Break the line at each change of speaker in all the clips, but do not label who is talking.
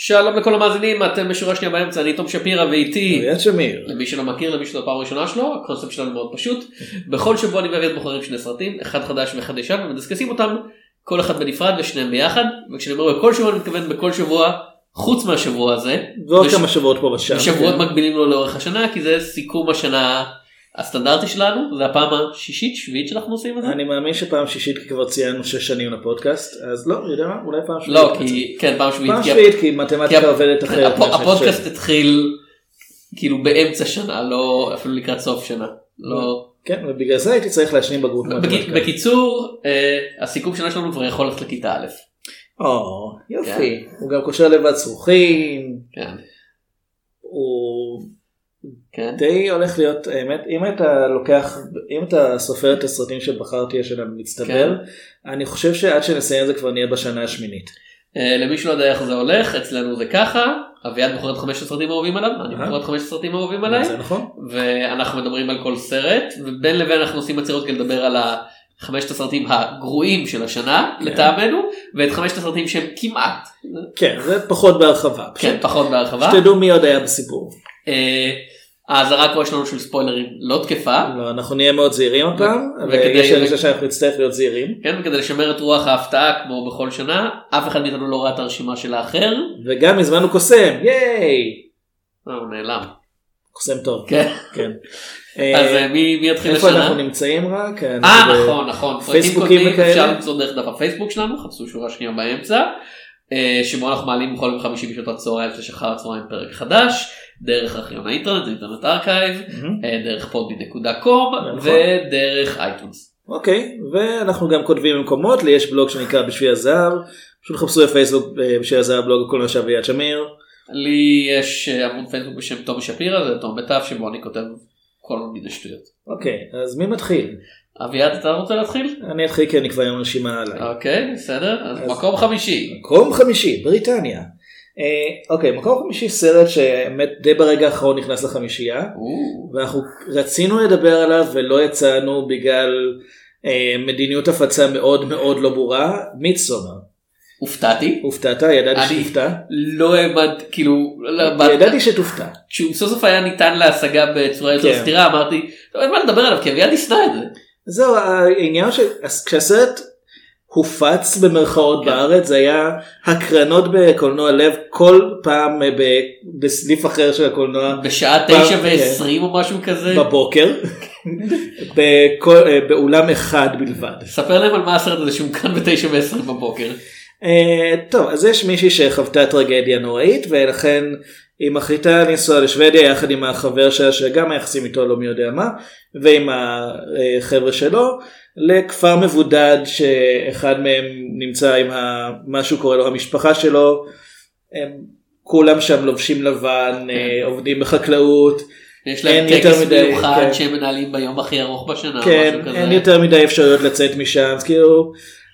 שלום לכל המאזינים, אתם בשורה שנייה באמצע, אני תום שפירא ואיתי
אביעד שמיר.
למי שלא מכיר, למי שזו הפעם הראשונה שלו, הקונספט שלנו מאוד פשוט. בכל שבוע אני ואביעד בוחרים שני סרטים, אחד חדש ואחד ישן, ומדסקסים אותם כל אחד בנפרד ושניהם ביחד. וכשאני אומר בכל שבוע אני מתכוון בכל שבוע חוץ מהשבוע הזה,
ועוד כמה שבועות פה בשעה.
שבועות מקבילים לו לאורך השנה, כי זה סיכום השנה הסטנדרטי שלנו. זה הפעם השישית, שביעית שאנחנו עושים את זה.
אני מאמין שפעם שישית כי כבר ציינו 6 שנים לפודקאסט, אז לא, יודע מה, אולי פעם שביעית.
לא, כי, כן, פעם שביעית.
פעם שביעית כי מתמטיקה עובדת אחרת.
הפודקאסט התחיל כאילו באמצע שנה, לא אפילו לקראת סוף שנה. לא.
כן, ובגלל זה הייתי צריך להשלים בגרות מתמטיקה.
בקיצור, הסיכום שנה שלנו כבר יכול ללכת לכיתה א'.
יופי. הוא גם קושר לבד צרוכים.
כן.
הוא די הולך להיות, האמת, אם אתה סופר את הסרטים שבחרתי השנה מצטבר, אני חושב שעד שנסיים את זה כבר נהיה בשנה השמינית.
למי שלא יודע איך זה הולך, אצלנו זה ככה, אביעד בוחר את 5 הסרטים האהובים עליו, אני בוחר את 5 הסרטים האהובים עליי,
זה נכון.
ואנחנו מדברים על כל סרט, ובין לבין אנחנו עושים עצירות כדי לדבר על 5 הסרטים הגרועים של השנה, לטעמנו, ואת 5 הסרטים שהם כמעט.
כן, זה פחות בהרחבה.
כן, פחות בהרחבה.
שתדעו מי עוד היה בסיפור.
ההזרה כבר שלנו של ספוילרים לא תקפה.
לא, אנחנו נהיה מאוד זהירים הפעם, ויש הרגשה שאנחנו נצטרך להיות זהירים.
כן, וכדי לשמר את רוח ההפתעה כמו בכל שנה, אף אחד מאיתנו לא ראה את הרשימה של האחר.
וגם הזמנו קוסם, ייי!
הוא נעלם.
קוסם טוב.
כן. אז מי יתחיל
איפה
השנה?
אנחנו נמצאים רק?
נכון.
פייסבוקים וכאלה.
אפשר למצוא דרך דף הפייסבוק שלנו, חפשו שורה שנייה באמצע, שבו אנחנו מעלים בכל יום חמישי בשעות הצהריים ושחר הצהריים פרק חדש, דרך ארכיון האינטרנט, אינטרנט ארכייב, דרך podbean.com ודרך אייטונס.
אוקיי, ואנחנו גם כותבים במקומות, לי יש בלוג שנקרא בשביל הזהב, פשוט חפשו בפייסבוק בשביל הזהב בלוג כל מה שאביעד שמיר.
לי יש עמוד פייסבוק בשם תום שפירא, זה תום בתף שבו אני כותב כל מיני שטויות.
אוקיי, אז מי מתחיל?
אביעד, אתה רוצה להתחיל?
אני אתחיל כי אני כבר עם רשימה עליי.
אוקיי, בסדר, אז מקום חמישי.
מקום חמישי, בריטניה. אוקיי, מקום חמישי סרט שבאמת די ברגע האחרון נכנס לחמישייה, ואנחנו רצינו לדבר עליו ולא יצאנו בגלל מדיניות הפצה מאוד מאוד לא ברורה, מידסומר.
הופתעתי.
הופתעת? ידעתי שתופתע?
לא האמנתי, כאילו...
ידעתי שתופתע.
כשהוא סוף סוף היה ניתן להשגה בצורה יותר סתירה, אמרתי, טוב, אין מה לדבר עליו, כי אביעד ישנא את זה.
זהו, העניין כשהסרט הופץ במרכאות בארץ, זה היה הקרנות בקולנוע לב כל פעם בסניף אחר של הקולנוע.
בשעה 9:20 או משהו כזה.
בבוקר. באולם אחד בלבד.
ספר להם על מה הסרט הזה שהוא כאן ב9:20 בבוקר.
טוב, אז יש מישהי שחוותה טרגדיה נוראית, ולכן היא מחליטה לנסוע לשוודיה יחד עם החבר שלה, שגם היחסים איתו לא מי יודע מה, ועם החבר'ה שלו, לכפר מבודד שאחד מהם נמצא עם משהו קורא לו המשפחה שלו, כולם שם לובשים לבן, עובדים בחקלאות,
יש להם טקס מיוחד שהם מנהלים ביום הכי ארוך בשנה.
כן, אין יותר מדי אפשרויות לצאת משם, אז כאילו,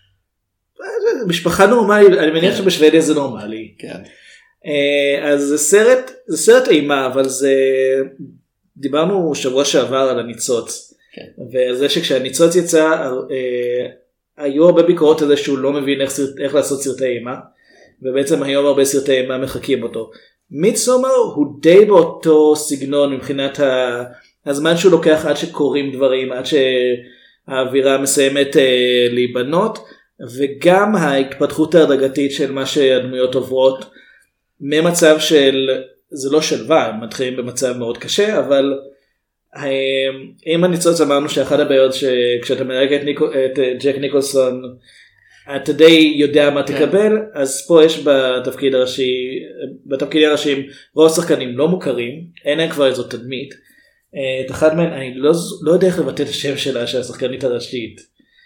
משפחה נורמלית, אני מניח שבשוודיה זה נורמלי.
כן.
אז זה סרט אימה, אבל דיברנו שבוע שעבר על הניצוץ. וזה שכשהניצוץ יצא, היו הרבה ביקורות על זה שהוא לא מבין איך לעשות סרטי אימה, ובעצם היום הרבה סרטי אימה מחכים אותו. מידסומר הוא די באותו סגנון מבחינת הזמן שהוא לוקח עד שקורים דברים, עד שהאווירה מסיימת להיבנות, וגם ההתפתחות ההדרגתית של מה שהדמויות עוברות, ממצב של, זה לא שלווה, הם מתחילים במצב מאוד קשה, אבל אם הניצוץ אמרנו שאחד הבעיות שכשאתה מנהג את ג'ק ניקולסון אתה די יודע מה תקבל, אז פה יש בתפקידים הראשיים רוב השחקנים לא מוכרים, אין להם כבר איזו תדמית. את אחד מהם אני לא יודע איך לבטא את השם שלה של השחקנית הראשית,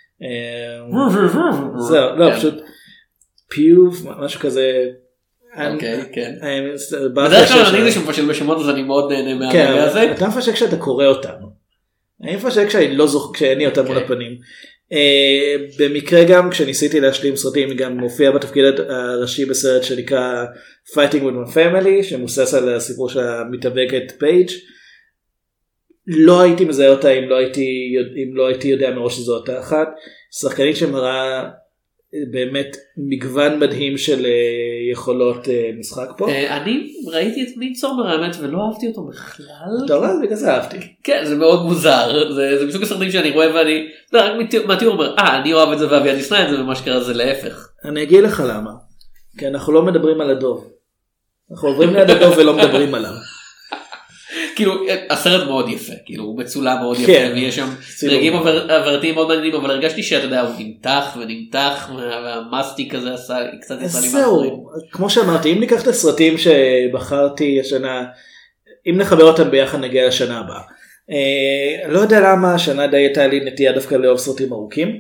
זהו, לא פשוט פיוב משהו כזה.
אוקיי, כן.
בדרך
כלל אני זה שמפשל בשמות, אז אני מאוד נהנה מהרגע הזה.
אתה מפשל כשאתה קורא אותנו. אני מפשל כשאין לי אותם מול הפנים. במקרה גם כשניסיתי להשלים סרטים, גם מופיע בתפקיד הראשי בסרט שנקרא Fighting with my Family, שמוסס על הסיפור של המתאבקת פייג'. לא הייתי מזהה אותה אם לא הייתי יודע מראש שזו אותה אחת. שחקנית שמראה באמת מגוון מדהים של יכולות משחק פה.
אני ראיתי את מידסומר האמת ולא אהבתי אותו בכלל.
אתה רואה? בגלל זה אהבתי.
כן, זה מאוד מוזר, זה מסוג הסרטים שאני רואה ואני, רק מהתיאור אומר, אני אוהב את זה ואביעד ישנא את זה, ומה שקרה זה להפך.
אני אגיד לך למה. כי אנחנו לא מדברים על הדוב. אנחנו עוברים ליד הדוב ולא מדברים עליו.
כאילו הסרט מאוד יפה, כאילו הוא מצולם מאוד יפה, ויש שם רגעים עברתיים מאוד מעניינים, אבל הרגשתי שאתה יודע, הוא נמתח ונמתח, והמסטיק הזה עשה קצת יצא לי מאחורים.
כמו שאמרתי, אם ניקח את הסרטים שבחרתי השנה, אם נחבר אותם ביחד נגיע לשנה הבאה. לא יודע למה השנה די הייתה לי נטייה דווקא לאהוב סרטים ארוכים,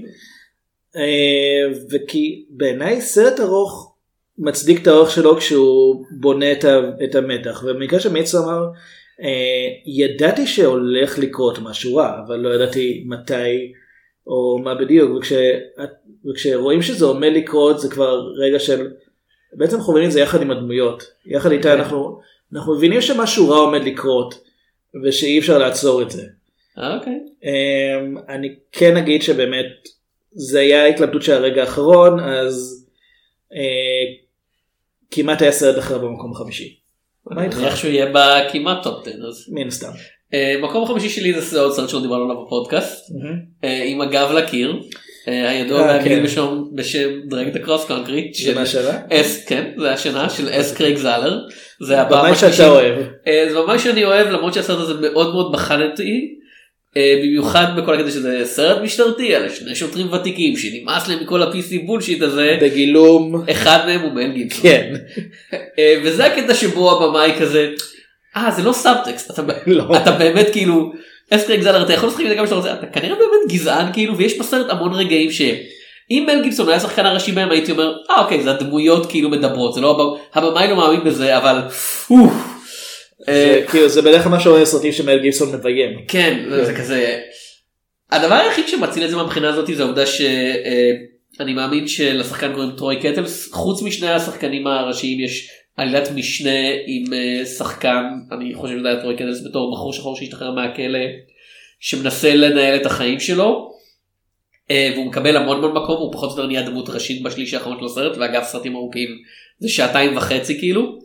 וכי בעיניי סרט ארוך מצדיק את האורך שלו כשהוא בונה את המתח, ובמקרה שמידסומר ידעתי שהולך לקרות משהו רע, אבל לא ידעתי מתי או מה בדיוק, וכשרואים שזה עומד לקרות זה כבר רגע של, בעצם אנחנו מבינים את זה יחד עם הדמויות, יחד איתה אנחנו מבינים שמשהו רע עומד לקרות, ושאי אפשר לעצור את זה. אני כן אגיד שבאמת זה היה התלבטות של הרגע האחרון, אז כמעט היה סרט אחר במקום החמישי.
איך שהוא יהיה בכמעט טופ 10.
מן סתם.
מקום החמישי שלי זה עוד סרט שלא דיברנו עליו בפודקאסט, עם הגב לקיר, הידוע והגיל בשם דרג דה קרוס קונקריט.
זה מהשנה?
כן, זה השנה של אס קרייג זלר.
זה ממש שאתה אוהב.
זה ממש שאני אוהב, למרות שהסרט הזה מאוד מאוד בחנתי, במיוחד בכל הקטע שזה סרט משטרתי על שני שוטרים ותיקים שנמאס להם מכל ה-PC בולשיט הזה,
בגילום
אחד מהם הוא מל גיבסון.
כן.
וזה הקטע שבו הבמאי כזה, זה לא סאבטקסט, אתה באמת כאילו, אס קרייג זלר, אתה יכול לשחק את זה גם שאתה רוצה, אתה כנראה באמת גזען כאילו, ויש בסרט המון רגעים שאם מל גיבסון היה שחקן הראשי בהם הייתי אומר, אוקיי, זה הדמויות כאילו מדברות, זה לא, הבמאי לא מאמין בזה, אבל
זה בדרך כלל מה שאומר סרטים שמל גיבסון מביים.
כן, זה כזה. הדבר היחיד שמציל את זה מהבחינה הזאת זה העובדה שאני מאמין שלשחקן קוראים טרוי קטלס, חוץ משני השחקנים הראשיים יש עלילת משנה עם שחקן, אני חושב שזה היה טרוי קטלס בתור בחור שחור שהשתחרר מהכלא, שמנסה לנהל את החיים שלו, והוא מקבל המון מקום, הוא פחות או יותר נהיה דמות ראשית בשליש האחרון של הסרט, ואגב סרטים ארוכים זה 2.5 כאילו,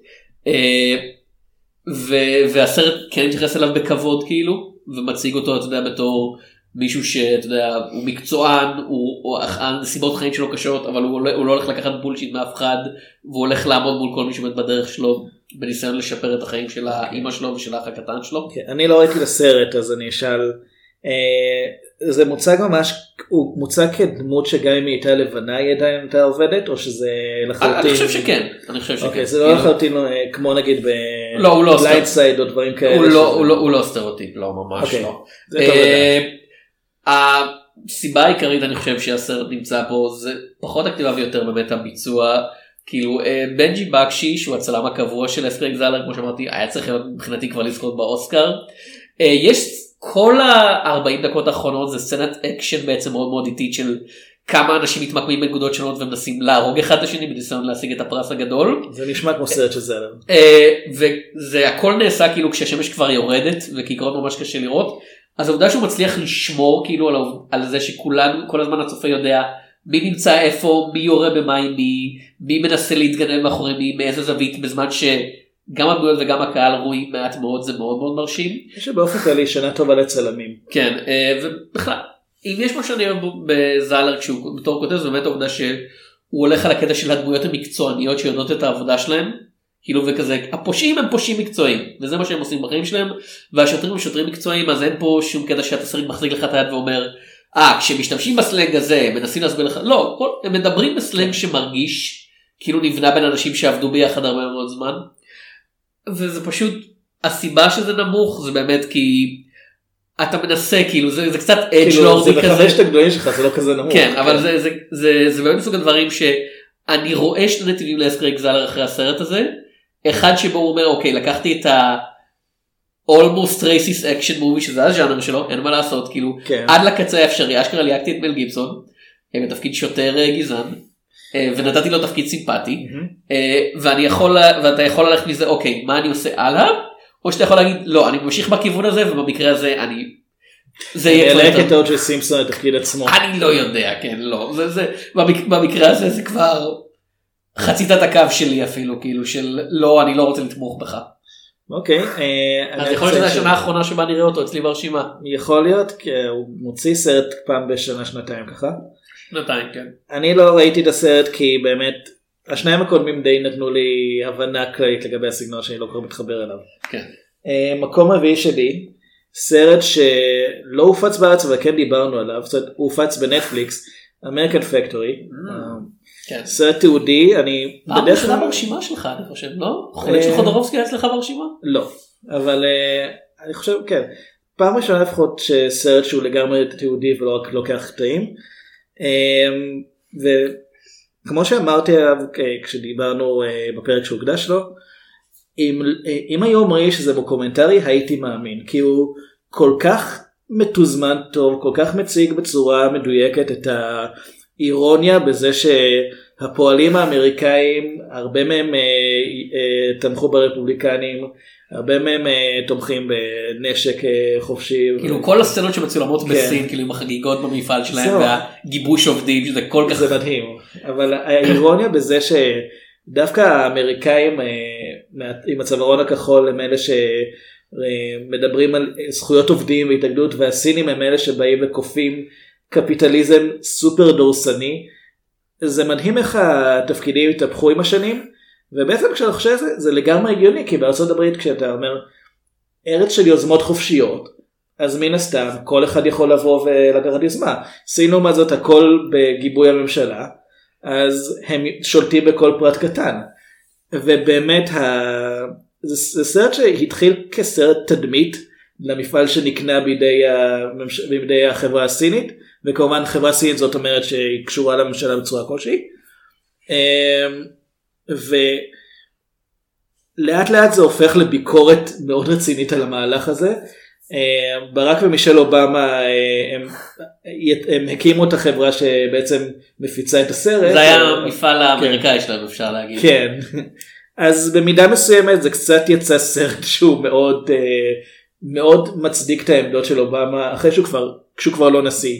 והסרט כן מתייחס אליו בכבוד כאילו, ומציג אותו אתה יודע בתור מישהו שאתה יודע הוא מקצוען, הנסיבות חיים שלו קשות, אבל הוא לא הולך לקחת בולשיט מאף אחד, והוא הולך לעמוד מול כל מי שעומד בדרך שלו בניסיון לשפר את החיים של האמא שלו ושל האח הקטן שלו.
אני לא ראיתי לסרט אז אני אשאל, זה מוצג ממש, הוא מוצג כדמות שגם אם היא הייתה לבנה היא עדיין הייתה עובדת, או שזה לחלוטין?
אני חושב שכן, זה
לא לחלוטין כמו נגיד בלייטסייד או דברים כאלה.
הוא לא סטריאוטיפ, לא ממש לא. הסיבה העיקרית אני חושב שהסרט נמצא פה זה פחות הכתיבה ויותר באמת הביצוע, כאילו בנג'י בקשי שהוא הצלם הקבוע של אס קרייג זלר, כמו שאמרתי היה צריך להיות מבחינתי כבר לזכות באוסקר, יש כל ה-40 דקות האחרונות זה סצנת אקשן בעצם מאוד מאוד איטית של כמה אנשים מתמקמים בנקודות שונות ומנסים להרוג אחד את השני בניסיון להשיג את הפרס הגדול.
זה נשמע כמו סרט של זלר.
וזה הכל נעשה כאילו כשהשמש כבר יורדת וכעיקרון ממש קשה לראות, אז העובדה שהוא מצליח לשמור כאילו על זה שכולנו כל הזמן הצופה יודע מי נמצא איפה, מי יורה במה עם מי מנסה להתגנב מאחורי מי, מאיזה זווית, בזמן שגם הדמויות וגם הקהל רואים מעט מאוד, זה מאוד מאוד מרשים.
יש שבאופן כללי שנה טובה לצלמים.
כן, ובכלל, אם יש מה שאני אוהב בזלר כשהוא בתור כותב, זה באמת העובדה שהוא הולך על הקטע של הדמויות המקצועניות שיודעות את העבודה שלהם, כאילו וכזה, הפושעים הם פושעים מקצועיים, וזה מה שהם עושים בחיים שלהם, והשוטרים הם שוטרים מקצועיים, אז אין פה שום קטע שהתסריט מחזיק לך את היד ואומר, כשמשתמשים בסלנג הזה, מנסים להסביר לך, לא, הם מדברים בסלנג שמרגיש, כאילו נבנה בין אנשים שעבדו ביחד הרבה מאוד זמן, וזה פשוט, הסיבה שזה נמוך, זה באמת כי, אתה מנסה, כאילו, זה קצת אדג'לורדי כזה.
זה בחמשת הגדולים שלך, זה לא כזה נמוך.
כן, אבל זה באמת מסוג הדברים שאני רואה שני נתיבים לאס קרייג זלר אחרי הסרט הזה, אחד שבו הוא אומר, אוקיי, לקחתי את almost racist action movie, שזה הז'אנר שלו, אין מה לעשות, כאילו, עד לקצה האפשרי, אשכרה ליהקתי את מל גיבסון, בתפקיד שוטר גזען, ונתתי לו תפקיד סימפטי, ואתה יכול ללכת מזה, אוקיי, מה אני עושה הלאה? או שאתה יכול להגיד, לא, אני ממשיך בכיוון הזה, ובמקרה הזה אני זה יהיה
כבר יותר. את אוג'י סימפסון לתפקיד עצמו.
אני לא יודע, כן, לא. במקרה הזה זה כבר חציתת הקו שלי אפילו, כאילו של לא, אני לא רוצה לתמוך בך.
אוקיי.
אז יכול להיות שזה השנה האחרונה שבה נראה אותו אצלי ברשימה.
יכול להיות, כי הוא מוציא סרט פעם בשנה, שנתיים ככה.
שנתיים, כן.
אני לא ראיתי את הסרט כי באמת, השניים הקודמים די נתנו לי הבנה כללית לגבי הסגנון שאני לא כל כך מתחבר אליו.
כן.
מקום רביעי שלי, סרט שלא הופץ בארץ אבל כן דיברנו עליו, הוא הופץ בנטפליקס, American Factory. סרט תיעודי, אני
פעם ראשונה ברשימה שלך אני חושב, לא? חולק של חודורובסקי היה אצלך ברשימה?
לא, אבל אני חושב כן, פעם ראשונה לפחות שסרט שהוא לגמרי תיעודי ולא רק לוקח קטעים, וכמו שאמרתי עליו כשדיברנו בפרק שהוקדש לו, אם היו אומרים שזה דוקומנטרי הייתי מאמין, כי הוא כל כך מתוזמן טוב, כל כך מציג בצורה מדויקת את האירוניה בזה שהפועלים האמריקאים, הרבה מהם תמכו ברפובליקנים, הרבה מהם תומכים בנשק חופשי.
כאילו כל הסצנות שמצולמות בסין, כאילו עם החגיגות במפעל שלהם והגיבוש עובדים, שזה כל כך...
זה מדהים, אבל האירוניה בזה שדווקא האמריקאים עם הצווארון הכחול הם אלה שמדברים על זכויות עובדים והתאגדות, והסינים הם אלה שבאים וקופים קפיטליזם סופר דורסני. זה מדהים איך התפקידים התהפכו עם השנים, ובעצם כשאני חושב זה לגמרי הגיוני, כי בארצות הברית כשאתה אומר ארץ של יוזמות חופשיות, אז מן הסתם כל אחד יכול לבוא ולקחת יוזמה. עשינו מה זאת הכל בגיבוי הממשלה, אז הם שולטים בכל פרט קטן. ובאמת זה סרט שהתחיל כסרט תדמית למפעל שנקנה בידי החברה הסינית, וכמובן חברה סינית זאת אומרת שהיא קשורה לממשלה בצורה כלשהי, ולאט לאט זה הופך לביקורת מאוד רצינית על המהלך הזה. ברק ומישל אובמה הם הקימו את החברה שבעצם מפיצה את הסרט.
זה היה המפעל האמריקאי שלהם אפשר להגיד.
כן, אז במידה מסוימת זה קצת יצא סרט שהוא מאוד מאוד מצדיק את העמדות של אובמה אחרי שהוא כבר לא נשיא.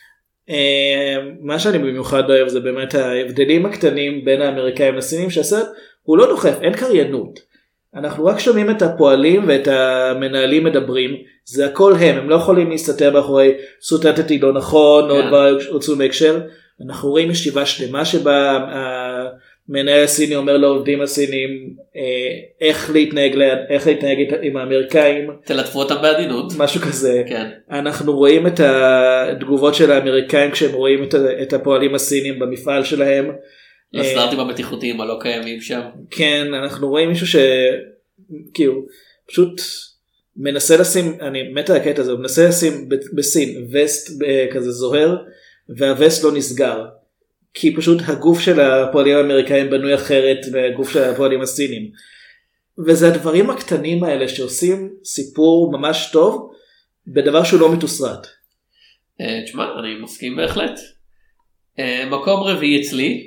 מה שאני במיוחד אוהב זה באמת ההבדלים הקטנים בין האמריקאים לסינים, שהסרט הוא לא דוחף, אין קריינות, אנחנו רק שומעים את הפועלים ואת המנהלים מדברים, זה הכל הם לא יכולים להסתתר מאחורי סוטטתי לא נכון או דבר הוצאו מהקשר. אנחנו רואים ישיבה שלמה שבה המנהל הסיני אומר לעובדים הסינים איך להתנהג עם האמריקאים,
תלטפו אותם בעדינות,
משהו כזה.
כן.
אנחנו רואים את התגובות של האמריקאים כשהם רואים את הפועלים הסינים במפעל שלהם,
לסטארטים הבטיחותיים הלא קיימים שם.
כן, אנחנו רואים מישהו שכאילו פשוט מנסה לשים, אני מת על הקטע הזה, הוא מנסה לשים בסין וסט כזה זוהר, והווסט לא נסגר, כי פשוט הגוף של הפועלים האמריקאים בנוי אחרת מהגוף של הפועלים הסינים, וזה הדברים הקטנים האלה שעושים סיפור ממש טוב בדבר שהוא לא מתוסרט.
תשמע, אני מסכים בהחלט. מקום רביעי אצלי,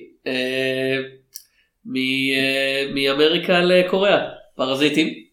מאמריקה לקוריאה, פרזיטים.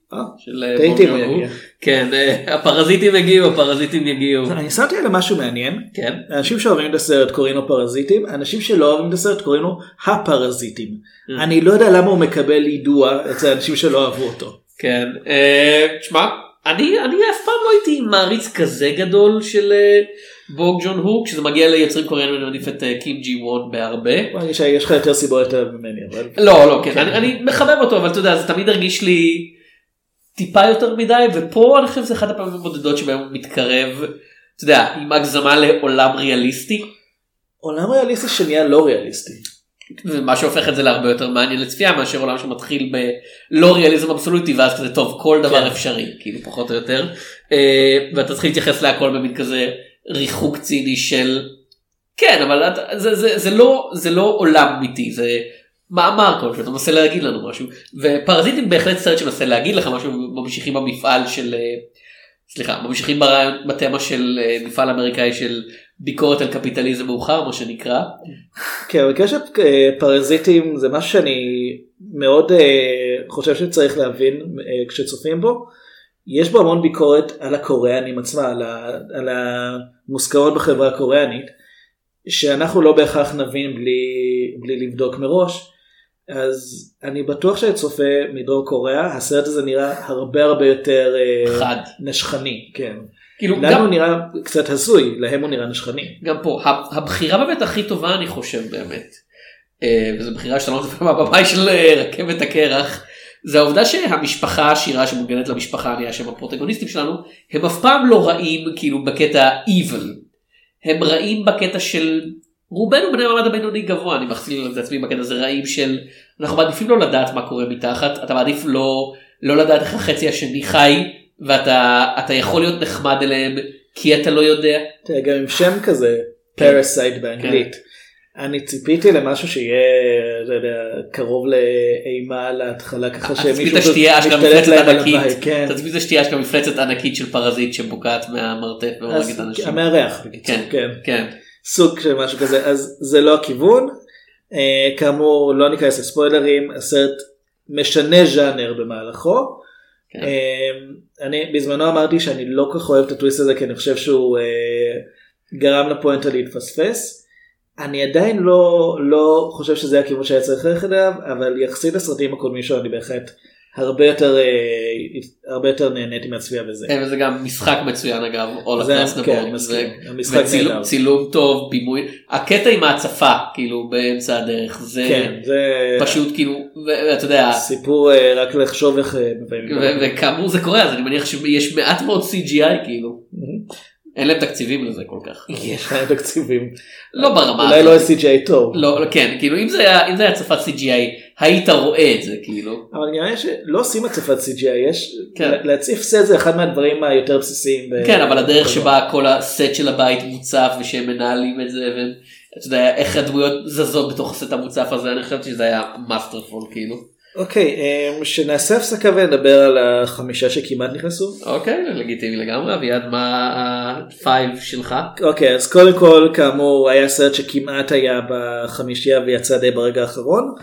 כן, הפרזיטים הגיעו, הפרזיטים יגיעו.
אני שמתי על משהו מעניין.
כן.
אנשים שאוהבים את הסרט קוראים לו פרזיטים, אנשים שלא אוהבים את הסרט קוראים לו הפרזיטים. אני לא יודע למה הוא מקבל יידוע אצל אנשים שלא אהבו אותו.
כן, תשמע, אני אף פעם לא הייתי מעריץ כזה גדול של בוג ג'ון הו, כשזה מגיע ליוצרים קוריאנים אני מעדיף את קים ג'י וון בהרבה.
יש לך יותר סיבות ממני.
לא, כן, אני מחבב אותו, אבל אתה יודע, זה תמיד הרגיש לי טיפה יותר מדי, ופה אני חושב שזה אחד הפעמים הבודדות שבהם הוא מתקרב, אתה יודע, עם הגזמה לעולם ריאליסטי.
עולם ריאליסטי שנהיה לא ריאליסטי.
ומה שהופך את זה להרבה יותר מעניין לצפייה, מאשר עולם שמתחיל בלא ריאליזם אבסולוטי, ואז כזה טוב, כל דבר אפשרי, כאילו פחות או יותר, ואתה צריך להתייחס להכל במין כזה ריחוק ציני של, כן, אבל זה לא עולם אמיתי, זה מאמר כלשהו, אתה מנסה להגיד לנו משהו, ופרזיטים בהחלט סרט שמנסה להגיד לך משהו, ממשיכים במפעל של, ממשיכים בתמה של מפעל אמריקאי של ביקורת על קפיטליזם מאוחר, מה שנקרא.
כן, בקשר פרזיטים זה משהו שאני מאוד חושב שצריך להבין כשצופים בו. יש בו המון ביקורת על הקוריאנים עצמה, על המוסכמות בחברה הקוריאנית, שאנחנו לא בהכרח נבין בלי לבדוק מראש. אז אני בטוח שצופה מדרום קוריאה, הסרט הזה נראה הרבה יותר
חד.
נשכני, כן.
כאילו
לנו הוא נראה קצת הזוי, להם הוא נראה נשכני.
גם פה, הבחירה באמת הכי טובה אני חושב באמת, וזו בחירה שאתה לא נותן מהבמאי של רכבת הקרח, זה העובדה שהמשפחה העשירה שמוגנת למשפחה הענייה שהם הפרוטגוניסטים שלנו, הם אף פעם לא רעים כאילו בקטע evil, הם רעים בקטע של רובנו בני המעמד הבינוני גבוה, אני מכליל את עצמי בקטע הזה רעים של, אנחנו מעדיפים לא לדעת מה קורה מתחת, אתה מעדיף לא לדעת איך החצי השני חי, ואתה יכול להיות נחמד אליהם כי אתה לא יודע.
גם עם שם כזה, פרסייט באנגלית, אני ציפיתי למשהו שיהיה קרוב לאימה להתחלה, ככה שמישהו משתלט להם על הבית.
אתה ציפית שתהיה גם מפלצת ענקית של פרזיט שבוקעת מהמרתף והורגת אנשים.
המארח בקיצור, כן. סוג של משהו כזה, אז זה לא הכיוון. כאמור לא ניכנס לספוילרים, הסרט משנה ז'אנר במהלכו. אני בזמנו אמרתי שאני לא כך אוהב את הטוויסט הזה, כי אני חושב שהוא גרם לפואנטה להתפספס. אני עדיין לא חושב שזה הכיוון שהיה צריך ללכת אליו, אבל יחסית לסרטים הקודמים שלו אני בהחלט הרבה יותר נהניתי מהצפייה בזה.
וזה גם משחק מצוין אגב, All Across the Board, צילום טוב, בימוי, הקטע עם ההצפה כאילו באמצע הדרך, זה פשוט כאילו, אתה יודע,
סיפור רק לחשוב איך,
וכאמור זה קורה, אז אני מניח שיש מעט מאוד CGI כאילו. אין להם תקציבים לזה כל כך.
יש להם תקציבים.
לא ברמה.
אולי לא CGI טוב.
לא, כן, כאילו אם זה היה הצפת CGI, היית רואה את זה כאילו.
אבל אני רואה שלא עושים הצפת CGI, יש, להציף סט זה אחד מהדברים היותר בסיסיים.
כן, אבל הדרך שבה כל הסט של הבית מוצף, ושהם מנהלים את זה, ואתה יודע, איך הדמויות זזות בתוך הסט המוצף הזה, אני חושבת שזה היה מאסטרפול כאילו.
אוקיי, שנעשה הפסקה ונדבר על החמישה שכמעט נכנסו.
אוקיי, לגיטימי לגמרי, ויד מה ה-5 שלך?
אוקיי, אז קודם כל, כאמור, היה סרט שכמעט היה בחמישייה ויצא די ברגע האחרון.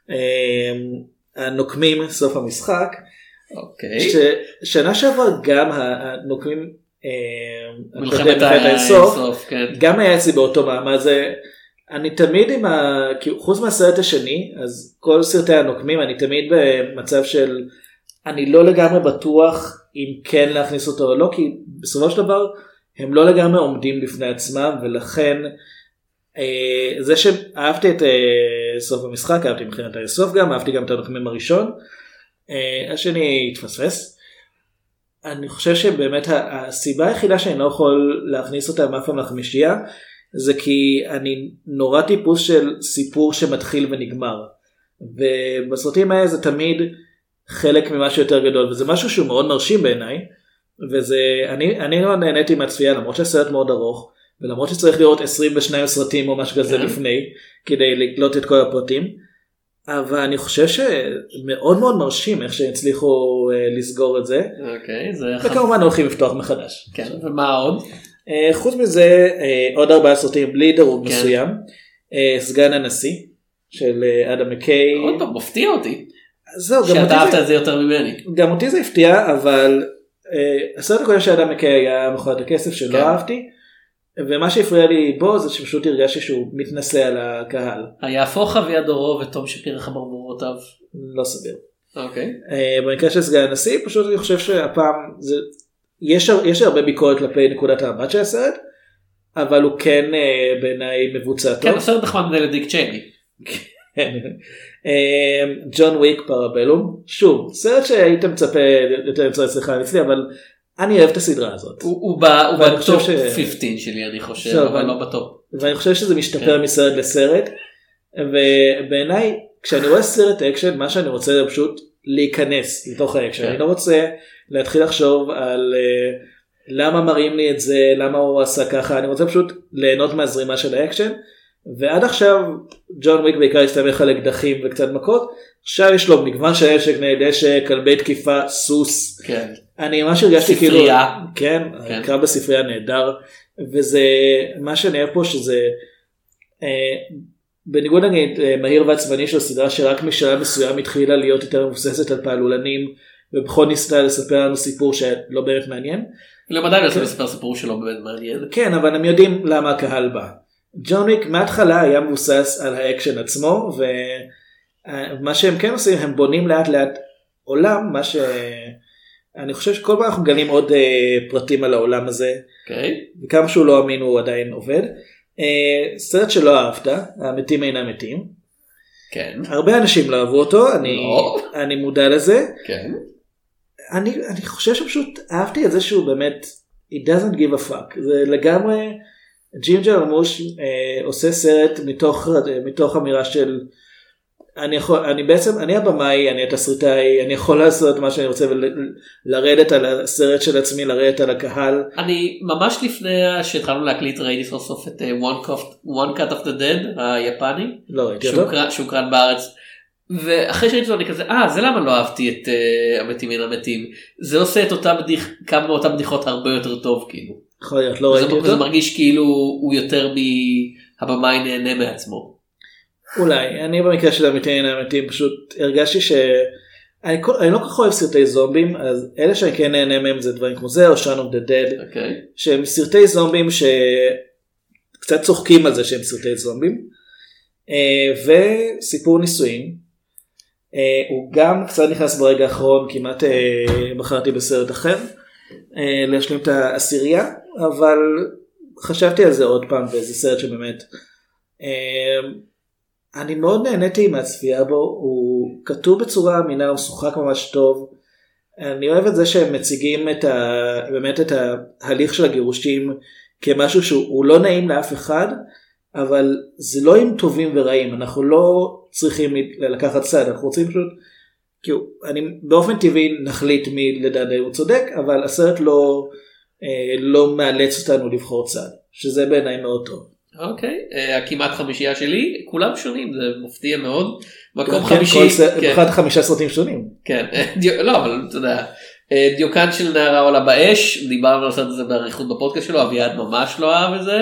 הנוקמים, סוף המשחק.
אוקיי.
שנה שעבר גם הנוקמים,
מלחמת האינסוף,
גם היה אצלי באותו מעמד זה. אני תמיד חוץ מהסרט השני, אז כל סרטי הנוקמים, אני תמיד במצב של, אני לא לגמרי בטוח אם כן להכניס אותו או לא, כי בסופו של דבר, הם לא לגמרי עומדים לפני עצמם, ולכן, זה שאהבתי את סוף המשחק, אהבתי מבחינת הסוף גם, אהבתי גם את הנוקמים הראשון, השני התפספס. אני חושב שבאמת הסיבה היחידה שאני לא יכול להכניס אותה אף פעם לחמישייה, זה כי אני נורא טיפוס של סיפור שמתחיל ונגמר, ובסרטים האלה זה תמיד חלק ממשהו יותר גדול, וזה משהו שהוא מאוד מרשים בעיניי, אני לא נהניתי מהצפייה, למרות שהסרט מאוד ארוך, ולמרות שצריך לראות 22 סרטים או משהו כזה לפני, כדי לקלוט את כל הפרטים, אבל אני חושב שמאוד מאוד מרשים איך שהצליחו לסגור את זה, וכמובן הולכים לפתוח מחדש.
כן, ומה עוד?
חוץ מזה עוד 4 סרטים בלי דירוג מסוים, סגן הנשיא של אדם מקיי.
עוד פעם מפתיע אותי שאתה אהבת את זה יותר ממני.
גם אותי זה הפתיע, אבל הסרט הקודם של אדם מקיי היה מכונת הכסף שלא אהבתי, ומה שהפריע לי בו זה שפשוט הרגשתי שהוא מתנשא על הקהל.
היהפוך אביה דורו ותום שפירא חברבורותיו.
לא סביר.
אוקיי.
במקרה של סגן הנשיא פשוט אני חושב שהפעם זה יש הרבה ביקורת כלפי נקודת המבט של הסרט, אבל הוא כן בעיניי מבוצע טוב.
כן, הסרט נחמד מדי לדיק צ'ייני.
ג'ון וויק פרבלום, שוב, סרט שהיית מצפה יותר למצוא אצלך אצלי, אבל אני אוהב את הסדרה הזאת.
הוא בטופ 15 שלי אני חושב, אבל לא בטופ.
ואני חושב שזה משתפר מסרט לסרט, ובעיניי כשאני רואה סרט אקשן, מה שאני רוצה זה פשוט להיכנס לתוך האקשן, אני לא רוצה להתחיל לחשוב על למה מראים לי את זה, למה הוא עשה ככה, אני רוצה פשוט ליהנות מהזרימה של האקשן, ועד עכשיו ג'ון וויק בעיקר הסתמך על אקדחים וקצת מכות, עכשיו יש לו מגוון של נשק, נשק, כלבי תקיפה, סוס, אני ממש הרגשתי כאילו,
ספרייה,
כן, קרב בספרייה נהדר, וזה מה שאני אוהב פה שזה, בניגוד נגיד מהיר ועצבני של סדרה שרק משלב מסוים התחילה להיות יותר מבוססת על פעלולנים, ובכל ניסתה לספר לנו סיפור שלא באמת מעניין.
למדי ניסה לספר סיפור שלא באמת מעניין.
כן, אבל הם יודעים למה הקהל בא. ג'ון וויק מההתחלה היה מבוסס על האקשן עצמו, ומה שהם כן עושים, הם בונים לאט לאט עולם, מה שאני חושב שכל פעם אנחנו מגלים עוד פרטים על העולם הזה, וכמה שהוא לא אמין הוא עדיין עובד. סרט שלא אהבת, המתים אינם מתים.
כן.
הרבה אנשים לא אהבו אותו, אני מודע לזה.
כן.
אני חושב שפשוט אהבתי את זה שהוא באמת, it doesn't give a fuck. זה לגמרי, ג'ים ג'רמוש עושה סרט מתוך אמירה של, אני הבמאי, אני התסריטאי, אני יכול לעשות מה שאני רוצה ולרדת על הסרט של עצמי, לרדת על הקהל.
אני ממש לפני שהתחלנו להקליט ראיתי סוף סוף את One Cut of the Dead היפני.
לא ראיתי אותו.
שהוקרן בארץ. ואחרי שהייתי אותו אני כזה, זה למה לא אהבתי את המתים אין המתים. זה עושה את כמה מאותן בדיחות הרבה יותר טוב כאילו.
יכול להיות, לא ראיתי אותו.
זה מרגיש כאילו הוא יותר מהבמאי נהנה מעצמו.
אולי, אני במקרה של המתים אין המתים פשוט הרגשתי אני לא כך אוהב סרטי זומבים, אז אלה שאני כן נהנה מהם זה דברים כמו זה, או Shaun of the Dead, שהם סרטי זומבים שקצת צוחקים על זה שהם סרטי זומבים, וסיפור נישואין, הוא גם קצת נכנס ברגע האחרון, כמעט בחרתי בסרט אחר, להשלים את העשירייה, אבל חשבתי על זה עוד פעם, וזה סרט שבאמת, אני מאוד נהניתי מהצפייה בו, הוא כתוב בצורה אמינה, הוא שוחק ממש טוב, אני אוהב את זה שהם מציגים באמת את ההליך של הגירושים, כמשהו שהוא לא נעים לאף אחד, אבל זה לא עם טובים ורעים, אנחנו לא צריכים לקחת צד, אנחנו רוצים פשוט, כאילו, באופן טבעי נחליט מי לדעתי הוא צודק, אבל הסרט לא מאלץ אותנו לבחור צד, שזה בעיניי מאוד טוב.
אוקיי, הכמעט חמישייה שלי, כולם שונים, זה מפתיע מאוד. מקום חמישי.
אחד 5 סרטים שונים.
כן, לא, אבל אתה יודע, דיוקן של נערה עולה באש, דיברנו על הסרט הזה בעריכות בפודקאסט שלו, אביעד ממש לא אהב את זה.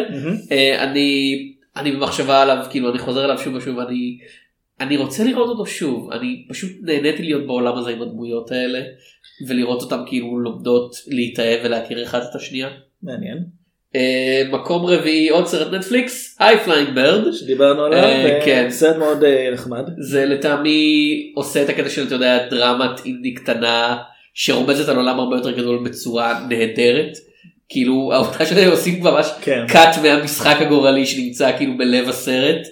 אני במחשבה עליו, כאילו אני חוזר אליו שוב ושוב, אני רוצה לראות אותו שוב, אני פשוט נהניתי להיות בעולם הזה עם הדמויות האלה, ולראות אותם כאילו לומדות להתאהב ולהכיר אחד את השנייה.
מעניין.
מקום רביעי עוד סרט נטפליקס, I Flying Bird
שדיברנו עליו, סרט מאוד נחמד.
זה לטעמי עושה את הקטע של אתה יודע דרמת אינדי קטנה שרומזת על עולם הרבה יותר גדול בצורה נהדרת, כאילו העובדה שאתם עושים ממש קאט מהמשחק הגורלי שנמצא כאילו בלב הסרט,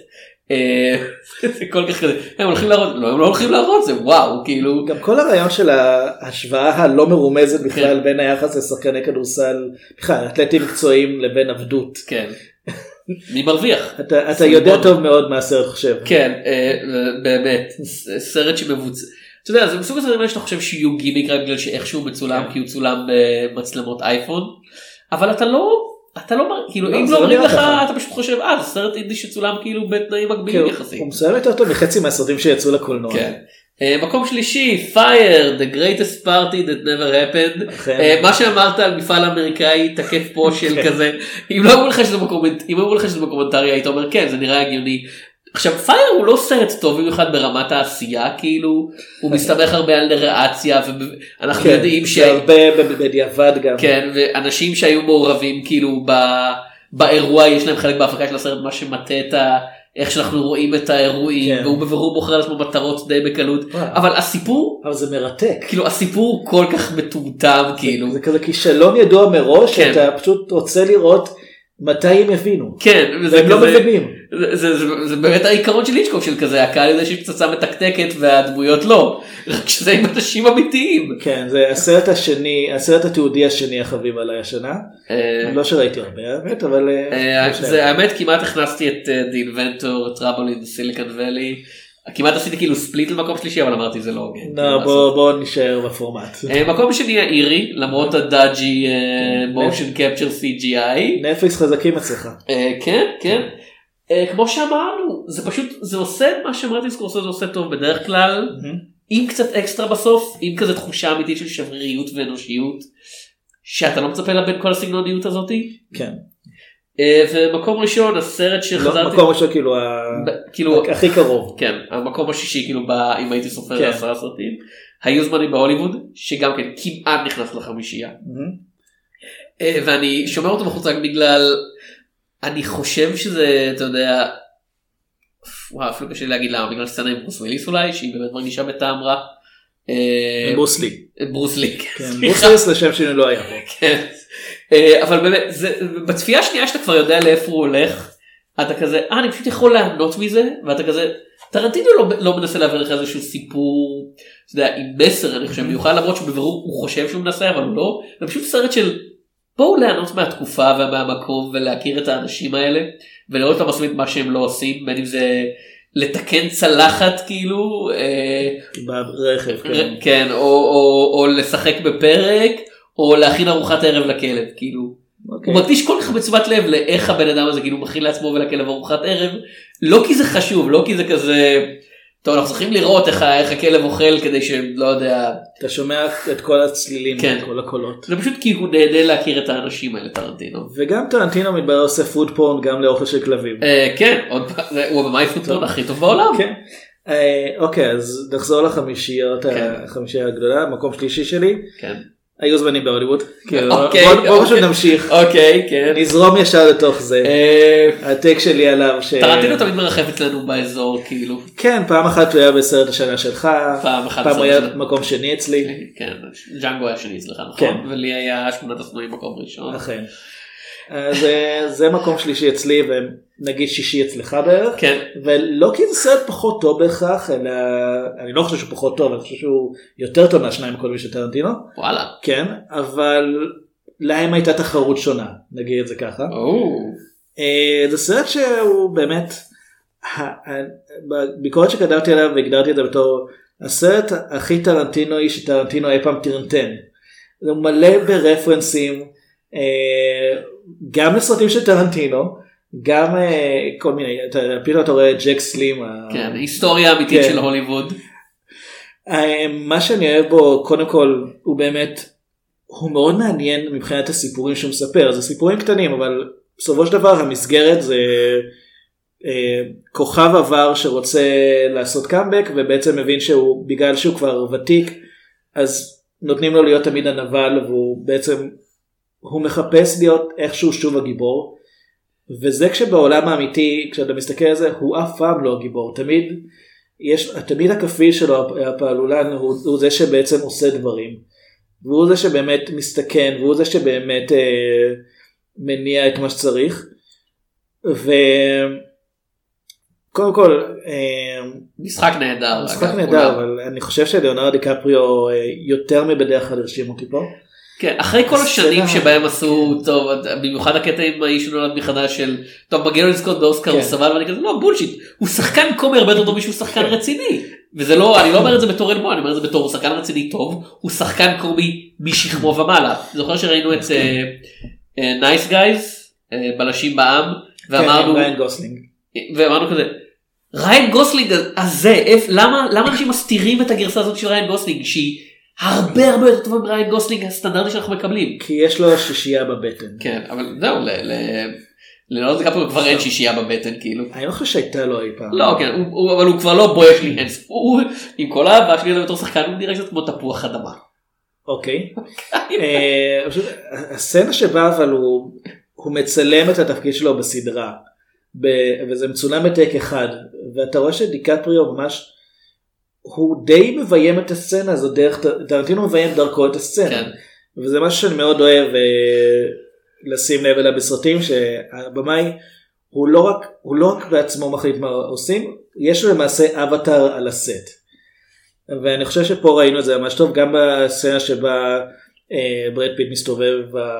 זה כל כך כזה, הם הולכים להראות, לא הם לא הולכים להראות, זה וואו כאילו.
גם כל הרעיון של ההשוואה הלא מרומזת בכלל בין היחס לשחקני כדורסל, בכלל אתלטים מקצועיים לבין עבדות.
כן. מי מרוויח?
אתה יודע טוב מאוד מה הסרט חושב.
כן, באמת, סרט שמבוצע. אתה יודע, זה מסוג הסרטים האלה שאתה חושב שיהיו גימיק רק בגלל שאיכשהו מצולם, כי הוא צולם במצלמות אייפון, אבל אתה לא, כאילו אם לא אומרים לך, אתה פשוט חושב, זה סרט אינדי שצולם כאילו בתנאים מגבילים יחסית.
הוא מסוים יותר טוב מחצי מהסרטים שיצאו לקולנוע.
כן. מקום שלישי, Fire, the greatest party that never happened. מה שאמרת על מפעל אמריקאי תקף פה של כזה, אם לא אמרו לך שזה בקומנטרי, היית אומר כן, זה נראה הגיוני. עכשיו פייר הוא לא סרט טוב במיוחד ברמת העשייה, כאילו הוא מסתמך הרבה על נראציה ואנחנו יודעים
שהרבה בדיעבד גם,
כן, ואנשים שהיו מעורבים כאילו באירוע יש להם חלק בהפקה של הסרט, מה שמטה את איך שאנחנו רואים את האירועים, והוא בבירור בוחר לעצמו מטרות די בקלות, אבל הסיפור,
אבל זה מרתק,
כאילו הסיפור כל כך מטומטם, כאילו
זה כזה כישלון ידוע מראש, אתה פשוט רוצה לראות מתי הם יבינו,
כן,
והם לא מבינים.
זה באמת העיקרון של היצ'קוק של כזה, הקהל יודע שיש פצצה מתקתקת והדמויות לא, רק שזה עם אנשים אמיתיים.
כן, זה הסרט התיעודי השני החביב עליי השנה, לא שראיתי הרבה האמת, אבל
זה האמת כמעט הכנסתי את The Inventor, Trouble in Silicon Valley, כמעט עשיתי כאילו ספליט למקום שלישי, אבל אמרתי זה לא הוגן.
בוא נשאר בפורמט.
מקום שני האירי, למרות הדאג'י מושן קפצ'ר CGI.
נטפליקס חזקים אצלך.
כן, כן. כמו שאמרנו, זה פשוט, זה עושה מה שמרטין סקורסזה עושה טוב בדרך כלל, עם קצת אקסטרה בסוף, עם כזה תחושה אמיתית של שבריריות ואנושיות, שאתה לא מצפה לה בין כל הסגנוניות הזאת.
כן.
ומקום ראשון הסרט שחזרתי,
מקום ראשון כאילו הכי קרוב,
כן, המקום השישי כאילו אם הייתי סופר 10 סרטים, היו זמנים בהוליווד שגם כן כמעט נכנס לחמישייה, ואני שומע אותו בחוץ רק בגלל, אני חושב שזה, אתה יודע, אפילו קשה להגיד למה, בגלל סצנה עם ברוס וויליס אולי, שהיא באמת מרגישה בטעם רע.
ברוס לי.
ברוס לי.
ברוס וויליס לשם שני לא היה פה.
כן. אבל באמת, בצפייה השנייה שאתה כבר יודע לאיפה הוא הולך, אתה כזה, אני פשוט יכול להנות מזה, ואתה כזה, טרנטינו לא מנסה להעביר לך איזשהו סיפור, אתה יודע, עם מסר, אני חושב, מיוחד, למרות שבבירור הוא חושב שהוא מנסה, אבל הוא לא, זה פשוט סרט של, בואו ליהנות מהתקופה ומהמקום, ולהכיר את האנשים האלה, ולראות את המסוים מה שהם לא עושים, בין אם זה לתקן צלחת כאילו,
ברכב,
כן, או לשחק בפרק, או להכין ארוחת ערב לכלב, כאילו. הוא מקדיש כל כך בתשומת לב לאיך הבן אדם הזה כאילו מכין לעצמו ולכלב ארוחת ערב, לא כי זה חשוב, לא כי זה כזה, טוב אנחנו צריכים לראות איך הכלב אוכל כדי שלא יודע.
אתה שומע את כל הצלילים,
כן.
את כל הקולות.
זה פשוט כי הוא נהנה להכיר את האנשים האלה, טרנטינו.
וגם טרנטינו מתברר עושה פוד פורן גם לאוכל של כלבים.
כן, הוא במאי פוד פורן הכי טוב בעולם.
כן. אוקיי, אז נחזור לחמישיות, החמישייה הגדולה, מקום שלישי שלי.
כן.
היו זמנים בהוליווד.
בואו
פשוט נמשיך.
אוקיי, כן.
נזרום ישר לתוך זה. הטק שלי עליו
טרנטינו תמיד מרחב אצלנו באזור, כאילו.
כן, פעם אחת הוא היה בסרט השנה שלך.
פעם
הוא היה מקום שני אצלי.
כן, ג'אנגו היה שני אצלך, נכון? ולי היה שמונת הסנועים מקום ראשון.
אכן. אז זה מקום שלישי אצלי ונגיד שישי אצלך בערך.
כן.
ולא כי זה סרט פחות טוב בהכרח, אלא אני לא חושב שהוא פחות טוב, אני חושב שהוא יותר טוב מהשניים הקודמים של טרנטינו.
וואלה.
כן, אבל להם הייתה תחרות שונה, נגיד את זה ככה. זה סרט שהוא באמת, בביקורת שכתבתי עליו והגדרתי את זה בתור הסרט הכי טרנטינוי שטרנטינו אי פעם טרנטן. זה מלא ברפרנסים, גם לסרטים של טרנטינו, גם כל מיני, פתאום אתה רואה ג'ק סלים.
כן, היסטוריה אמיתית של הוליווד.
מה שאני אוהב בו, קודם כל, הוא באמת, הוא מאוד מעניין מבחינת הסיפורים שהוא מספר, זה סיפורים קטנים, אבל בסופו של דבר המסגרת זה כוכב עבר שרוצה לעשות קאמבק, ובעצם מבין שהוא, בגלל שהוא כבר ותיק, אז נותנים לו להיות תמיד הנבל, והוא בעצם, הוא מחפש להיות איכשהו שוב הגיבור, וזה כשבעולם האמיתי, כשאתה מסתכל על זה, הוא אף פעם לא הגיבור, תמיד הכפיל שלו, הפעלולן, הוא זה שבעצם עושה דברים, והוא זה שבאמת מסתכן, והוא זה שבאמת מניע את מה שצריך, וקודם כל,
משחק נהדר.
משחק נהדר, אבל אני חושב שליאונרדו דיקפריו יותר מבדרך כלל הרשים אותי פה.
כן, אחרי כל השנים שבהם עשו, טוב, במיוחד הקטע עם האיש שנולד מחדש של, טוב, מגיע לו לזכות באוסקר, הוא סבל, ואני כזה, לא, בולשיט, הוא שחקן קומי הרבה יותר טוב משהו שחקן רציני, וזה לא, אני לא אומר את זה בתור אלבו, אני אומר את זה בתור, הוא שחקן רציני טוב, הוא שחקן קומי משכמו ומעלה. זוכר שראינו את Nice Guys, בלשים בעם, ואמרנו כזה, ריין גוסלינג הזה, למה אנשים מסתירים את הגרסה הזאת של ריין גוסלינג, שהיא הרבה יותר טובה מריין גוסלינג הסטנדרטי שאנחנו מקבלים.
כי יש לו שישייה בבטן.
כן, אבל זהו, ללא זה כבר כבר אין שישייה בבטן, כאילו.
אני לא חושב שהייתה לו אי פעם.
לא, כן, אבל הוא כבר לא בויש לי, עם כל האהבה שלי בתור שחקן, הוא נראה קצת כמו תפוח אדמה.
אוקיי. הסצנה שבה, אבל הוא מצלם את התפקיד שלו בסדרה, וזה מצולם בטייק אחד, ואתה רואה שדיקפריו ממש, הוא די מביים את הסצנה הזו, טרנטינו מביים דרכו את הסצנה, וזה משהו שאני מאוד אוהב לשים לב אליה בסרטים, שהבמאי הוא לא רק בעצמו מחליט מה עושים, יש לו למעשה אבטר על הסט, ואני חושב שפה ראינו את זה ממש טוב, גם בסצנה שבה ברד פיט מסתובב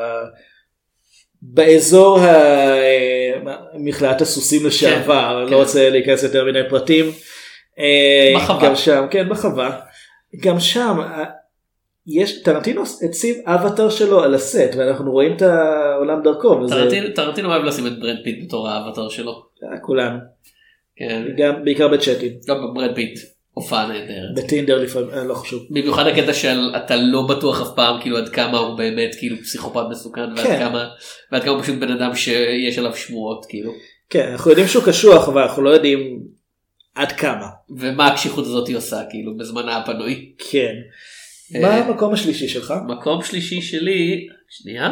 באזור מכלאת הסוסים לשעבר, לא רוצה להיכנס יותר מיני פרטים, גם שם, כן, בחווה, גם שם טרנטינו הציב אבטר שלו על הסט, ואנחנו רואים את העולם דרכו.
טרנטינו אוהב לשים את ברד פיט בתור האבטר שלו.
כולם, בעיקר בצ'אטים.
גם ברד פיט. הופעה נהדרת.
בטינדר לפעמים, לא חשוב.
במיוחד הקטע של אתה לא בטוח אף פעם כאילו עד כמה הוא באמת כאילו פסיכופת מסוכן ועד כמה הוא פשוט בן אדם שיש עליו שמועות כאילו.
כן, אנחנו יודעים שהוא קשוח אבל אנחנו לא יודעים עד כמה.
ומה הקשיחות הזאת היא עושה כאילו בזמנה הפנוי.
כן. מה המקום השלישי שלך?
מקום שלישי שלי, שנייה.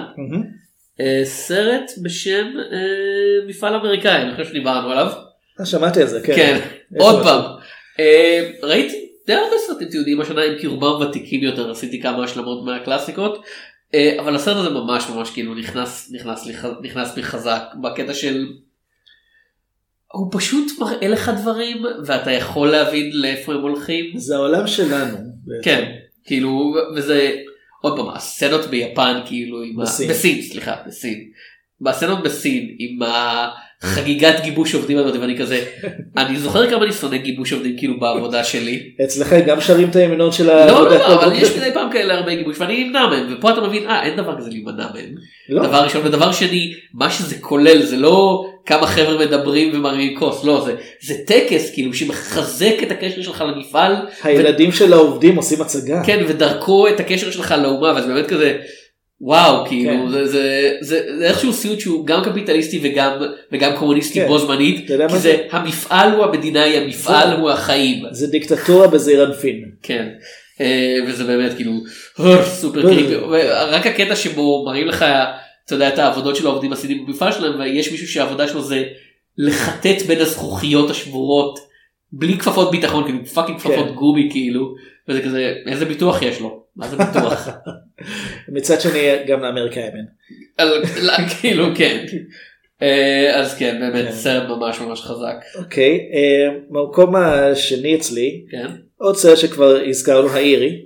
סרט בשם מפעל אמריקאי, אני חושב שדיברנו עליו.
שמעתי על זה, כן.
כן, עוד פעם. ראיתי די הרבה סרטים תיעודיים השנה עם קרובם ותיקים יותר, עשיתי כמה השלמות מהקלאסיקות, אבל הסרט הזה ממש ממש כאילו נכנס בי חזק בקטע של הוא פשוט מראה לך דברים ואתה יכול להבין לאיפה הם הולכים.
זה העולם שלנו.
כן, כאילו, וזה עוד פעם, הסצנות ביפן כאילו, בסין, סליחה, בסין. בסצנות בסין עם חגיגת גיבוש עובדים הזאת, ואני כזה, אני זוכר כמה אני שונא גיבוש עובדים כאילו בעבודה שלי.
אצלכם גם שרים את הימינות של העבודה.
לא, אבל יש מדי פעם כאלה הרבה גיבוש, ואני נמנע מהם, ופה אתה מבין, אין דבר כזה להימנע מהם. דבר ראשון, ודבר שני, מה שזה כולל, זה לא כמה חבר'ה מדברים ומרימים כוס, לא, זה טקס כאילו, שמחזק את הקשר שלך למפעל.
הילדים של העובדים עושים הצגה.
כן, ודרכו את הקשר שלך לאומה, וזה באמת כזה, וואו, כאילו, זה איכשהו סיוט שהוא גם קפיטליסטי וגם קומוניסטי בו זמנית, כי זה המפעל הוא המדינה, המפעל הוא החיים.
זה דיקטטורה בזעיר אנפין.
כן, וזה באמת כאילו סופר קריפי, רק הקטע שבו מראים לך, אתה יודע, את העבודות של העובדים הסינים במפעל שלהם, ויש מישהו שהעבודה שלו זה לחטט בין הזכוכיות השבורות, בלי כפפות ביטחון, כאילו פאקינג כפפות גומי כאילו, וזה כזה, איזה ביטוח יש לו? מה זה ביטוח?
מצד שני גם לאמריקאים אין.
כאילו כן. אז כן, באמת סרט ממש ממש חזק.
אוקיי, במקום השני אצלי, עוד סרט שכבר הזכרנו, האירי.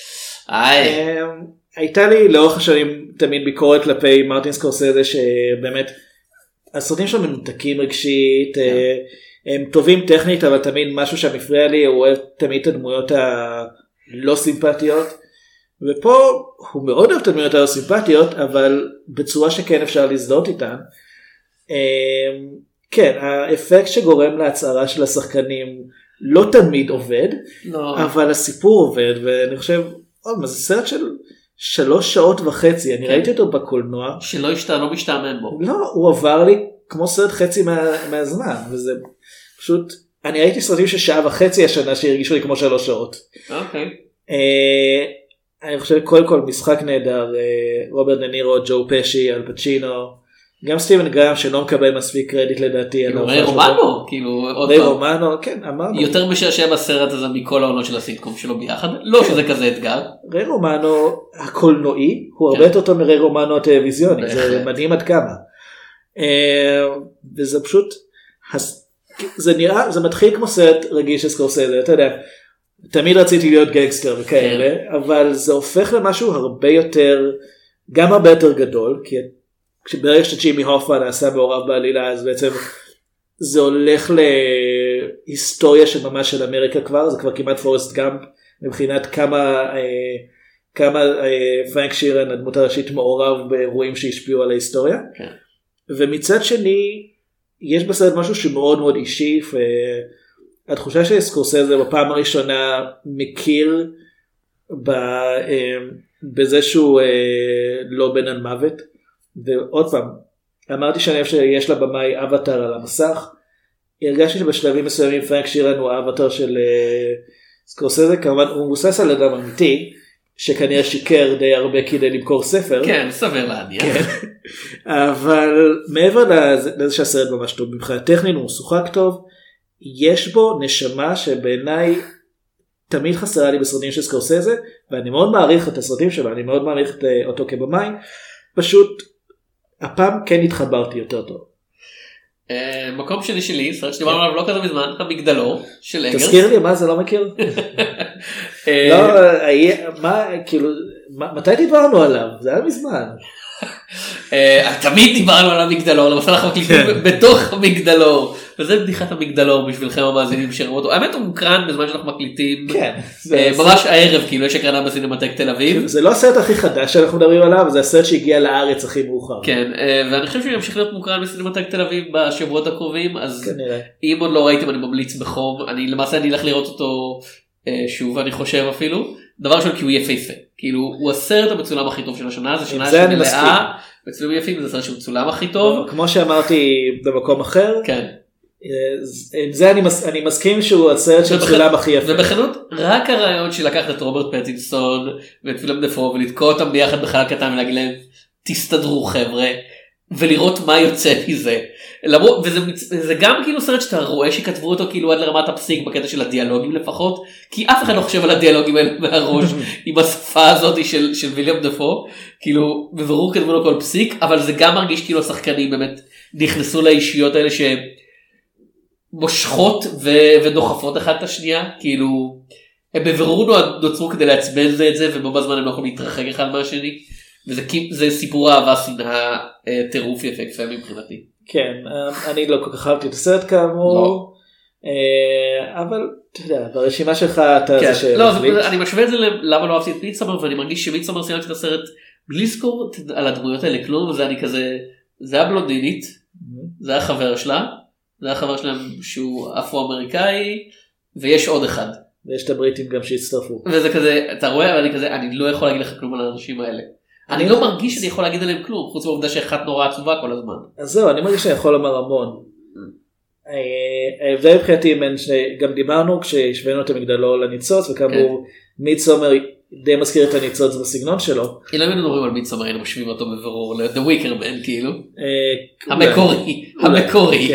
הייתה לי לאורך השנים תמיד ביקורת כלפי מרטין סקורסזה, שבאמת הסרטים שלו מנותקים רגשית, הם טובים טכנית, אבל תמיד משהו שמפריע לי, הוא אוהב תמיד את הדמויות הלא סימפטיות, ופה הוא מאוד אוהב את הדמויות הלא סימפטיות, אבל בצורה שכן אפשר להזדהות איתן. כן, האפקט שגורם להצערה של השחקנים לא תמיד עובד, אבל הסיפור עובד, ואני חושב, מה זה סרט של 3 שעות וחצי, אני ראיתי אותו בקולנוע.
שלא לא משתעמם בו.
לא, הוא עבר לי כמו סרט חצי מהזמן, וזה פשוט, אני ראיתי סרטים של 1.5 שעות השנה שהרגישו לי כמו 3 שעות.
אוקיי.
אני חושב קודם כל משחק נהדר, רוברט דה נירו, ג'ו פשי, אל פצ'ינו, גם סטיבן גראם שלא מקבל מספיק קרדיט לדעתי.
ריי רומנו, כאילו
ריי רומנו, כן, אמרנו.
יותר משעשע בסרט הזה מכל העונות של הסיטקום שלו ביחד, לא שזה כזה אתגר.
ריי רומנו הקולנועי הוא הרבה יותר טוב מריי רומנו הטלוויזיוני, זה מדהים עד כמה. וזה פשוט, זה נראה, זה מתחיל כמו סרט רגיל של סקורסזה, אתה יודע, תמיד רציתי להיות גנגסטר וכאלה, אבל זה הופך למשהו הרבה יותר, גם הרבה יותר גדול, כי ברגע שג'ימי הופמן נעשה מעורב בעלילה, אז בעצם זה הולך להיסטוריה של ממש של אמריקה כבר, זה כבר כמעט פורסט גאמפ, מבחינת כמה פרנק שירן, הדמות הראשית, מעורב באירועים שהשפיעו על ההיסטוריה. ומצד שני, יש בסרט משהו שמאוד מאוד אישי, והתחושה של סקורסזה בפעם הראשונה מכיר בזה שהוא לא בן על מוות, ועוד פעם, אמרתי שאני חושב שיש לבמאי אבטר על המסך, הרגשתי שבשלבים מסוימים פרנק שירן הוא האבטר של סקורסזה, כמובן הוא מבוסס על אדם אמיתי, שכנראה שיקר די הרבה כדי למכור ספר.
כן, סביר להניח.
אבל מעבר לזה שהסרט ממש טוב, מבחינת טכנית הוא משוחק טוב, יש בו נשמה שבעיניי תמיד חסרה לי בסרטים של סקורסזה, ואני מאוד מעריך את הסרטים שלו, אני מאוד מעריך אותו כבמאי, פשוט הפעם כן התחברתי יותר טוב.
מקום שלי, סרט שדיברנו עליו לא כזה מזמן, המגדלור של אגרס.
תזכיר לי מה זה לא מכיר? לא, מה, כאילו, מתי דיברנו עליו? זה היה מזמן.
תמיד דיברנו על המגדלור, למשל אנחנו מקליטים בתוך המגדלור, וזה בדיחת המגדלור בשבילכם המאזינים שראו אותו, האמת הוא מוקרן בזמן שאנחנו מקליטים, ממש הערב, כאילו יש הקרנה בסינמטק תל אביב.
זה לא הסרט הכי חדש שאנחנו מדברים עליו, זה הסרט שהגיע לארץ הכי מאוחר.
כן, ואני חושב שהוא ימשיך להיות מוקרן בסינמטק תל אביב בשבועות הקרובים, אז אם עוד לא ראיתם אני ממליץ בחום, למעשה אני אלך לראות אותו שוב, אני חושב אפילו, דבר ראשון כי הוא יפהפה, כאילו הוא הסרט המצולם הכי טוב של השנה, זה שנה שמלאה בצילומים יפים, זה סרט שמצולם הכי טוב.
כמו שאמרתי במקום אחר,
כן.
זה אני מסכים שהוא הסרט שמצולם הכי יפה.
ובכנות, רק הרעיון שלקחת את רוברט פטינסון ואת וילם דפו ולתקוע אותם ביחד בחלל קטן ולהגיד להם, תסתדרו חבר'ה, ולראות מה יוצא מזה. וזה גם כאילו סרט שאתה רואה שכתבו אותו כאילו עד לרמת הפסיק בקטע של הדיאלוגים לפחות, כי אף אחד לא חושב על הדיאלוגים האלה מהראש עם השפה הזאת של וילם דפו, כאילו בברור כתבו לו כל פסיק, אבל זה גם מרגיש כאילו השחקנים באמת נכנסו לאישיות האלה שמושכות ודוחפות אחת את השנייה, כאילו הם בברור נוצרו כדי לעצבן זה את זה, ובו בזמן הם לא יכולים להתרחק אחד מהשני, וזה סיפור אהבה שנאה טירוף יפה מבחינתי.
כן, אני לא כל כך אהבתי את הסרט כאמור, אבל אתה יודע, ברשימה שלך אתה זה
שמחליט. לא, אני משווה את זה למה לא אהבתי את מידסאמר, ואני מרגיש שמידסאמר סיימתי את הסרט בלי לזכור על הדמויות האלה כלום, וזה אני כזה, זה היה בלונדינית, זה היה חבר שלה, זה היה חבר שלהם שהוא אפרו-אמריקאי, ויש עוד אחד.
ויש את הבריטים גם שהצטרפו.
וזה כזה, אתה רואה, אני לא יכול להגיד לך כלום על האנשים האלה. אני לא מרגיש שאני יכול להגיד עליהם כלום, חוץ מהעובדה שאחת נורא עצובה כל הזמן.
אז זהו, אני מרגיש שאני יכול לומר המון. ההבדל מבחינתי מן שגם דיברנו כשהשווינו את המגדלור לניצוץ, וכאמור מידסומר די מזכיר את הניצוץ בסגנון שלו.
אם לא מדברים על מידסומר, היינו משווים אותו בברור ל-The Wicker Man כאילו. המקורי.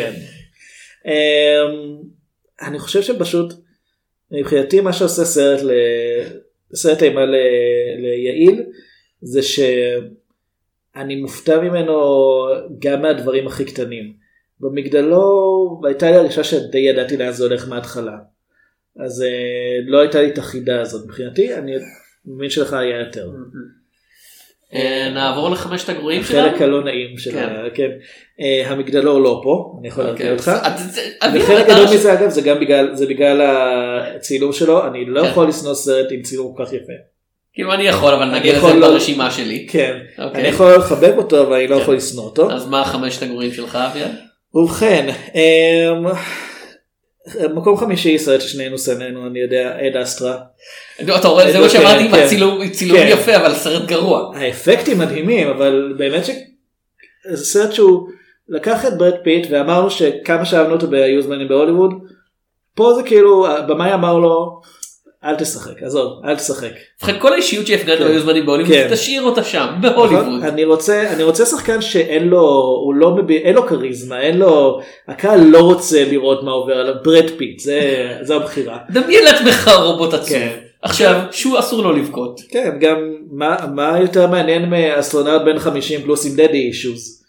אני חושב שפשוט, מבחינתי מה שעושה סרט אימה ליעיל, זה שאני מופתע ממנו גם מהדברים הכי קטנים. במגדלור הייתה לי הרגשה שדי ידעתי לאן זה הולך מההתחלה. אז לא הייתה לי את החידה הזאת. מבחינתי, אני מבין שלך היה יותר.
נעבור לחמשת הגרועים שלנו?
החלק הלא נעים שלה, כן. המגדלור לא פה, אני יכול להרגיע אותך. וחלק גדול מזה אגב, זה בגלל הצילום שלו, אני לא יכול לסנוע סרט עם צילום כל כך יפה.
כאילו אני יכול, אבל נגיד את זה ברשימה שלי.
כן, אני יכול לחבב אותו, אבל אני לא יכול לסנוע אותו.
אז מה חמשת הגרועים שלך, אביעד?
ובכן, מקום חמישי, סרט ששנינו סננו, אני יודע, אד אסטרה.
אתה רואה, זה מה שאמרתי עם הצילום יפה, אבל סרט גרוע.
האפקטים מדהימים, אבל באמת שזה סרט שהוא לקח את ברד פיט, ואמרנו שכמה שאהבנו אותו בהיו זמנים בהוליווד, פה זה כאילו, במאי אמר לו, אל תשחק, עזוב, אל תשחק.
ובכן, כל האישיות שהפגענו היו זמנים בהוליווד, תשאיר אותה שם, בהוליווד.
אני רוצה שחקן שאין לו קריזמה, הקהל לא רוצה לראות מה עובר עליו, ברד פיט, זה הבחירה.
דמיין לעצמך רובוט עצוב. עכשיו, שהוא אסור לו לבכות.
כן, גם מה יותר מעניין מאסטרונאוט בן 50 פלוס עם דדי אישוז.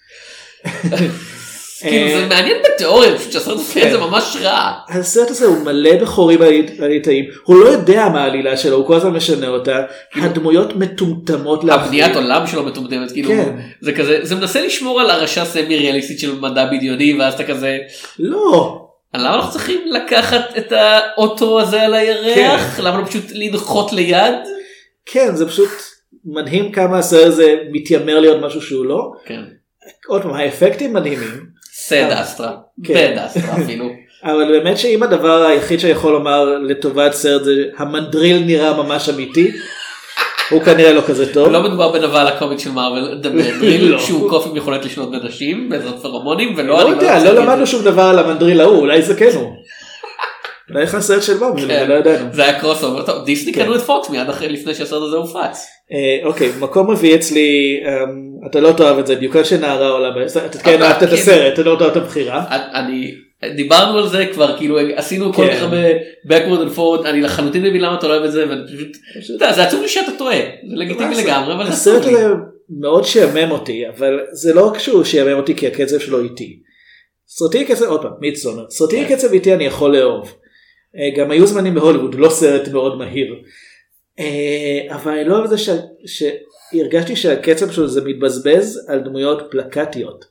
כאילו זה מעניין בתיאוריה, פשוט שהסרט הזה זה ממש רע.
הסרט הזה הוא מלא בחורים עליתאים, הוא לא יודע מה העלילה שלו, הוא כל הזמן משנה אותה, הדמויות מטומטמות להפריד.
הבניית עולם שלו מטומטמת, כאילו זה כזה, זה מנסה לשמור על הרשע סמי ריאליסטית של מדע בדיוני, ואז אתה כזה,
לא.
למה אנחנו צריכים לקחת את האוטו הזה על הירח? למה לא פשוט לנחות ליד?
כן, זה פשוט מדהים כמה הסרט הזה מתיימר להיות משהו שהוא לא.
כן.
עוד פעם, האפקטים מדהימים.
סד אסטרה, בד אסטרה אפילו.
אבל באמת שאם הדבר היחיד שיכול לומר לטובת סרט זה המנדריל נראה ממש אמיתי, הוא כנראה לא כזה טוב.
לא מדובר בנבל הקומית של מארוול, המנדריל שהוא קוף עם יכולת לשלוט בנשים בעזרת פרומונים, ולא
לא יודע, לא למדנו שום דבר על המנדריל ההוא, אולי זה כן הוא. אולי איך הסרט של מארוול, לא ידענו.
זה היה קרוס אובר, דיסני קנו את פוקס מיד אחרי לפני שהסרט הזה הופץ.
אוקיי, מקום רביעי אצלי, אתה לא תאהב את זה, דיוקה שנערה עולה, אתה כן אהבת את הסרט, אתה לא תאהב את הבחירה.
דיברנו על זה כבר, כאילו עשינו כל כך ב-backward and forward, אני לחלוטין מבין למה אתה לא אוהב את זה, זה עצוב לי שאתה טועה, זה לגיטימי לגמרי, אבל זה
הסרט הזה מאוד שיאמם אותי, אבל זה לא רק שהוא שיאמם אותי כי הקצב שלו איטי. סרטי קצב, עוד פעם, מידסומר, סרטי קצב איטי אני יכול לאהוב. גם היו זמנים בהוליווד, לא סרט מאוד מהיר. אבל אני לא אוהב את זה הרגשתי שהקצב שלו זה מתבזבז על דמויות פלקטיות.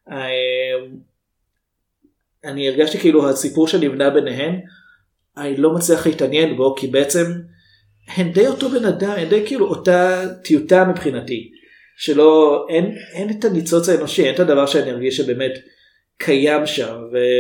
אני הרגשתי כאילו הסיפור שנבנה ביניהן, אני לא מצליח להתעניין בו, כי בעצם הן די אותו בן אדם, הן די כאילו אותה טיוטה מבחינתי, שלא, אין את הניצוץ האנושי, אין את הדבר שאני ארגיש שבאמת קיים שם,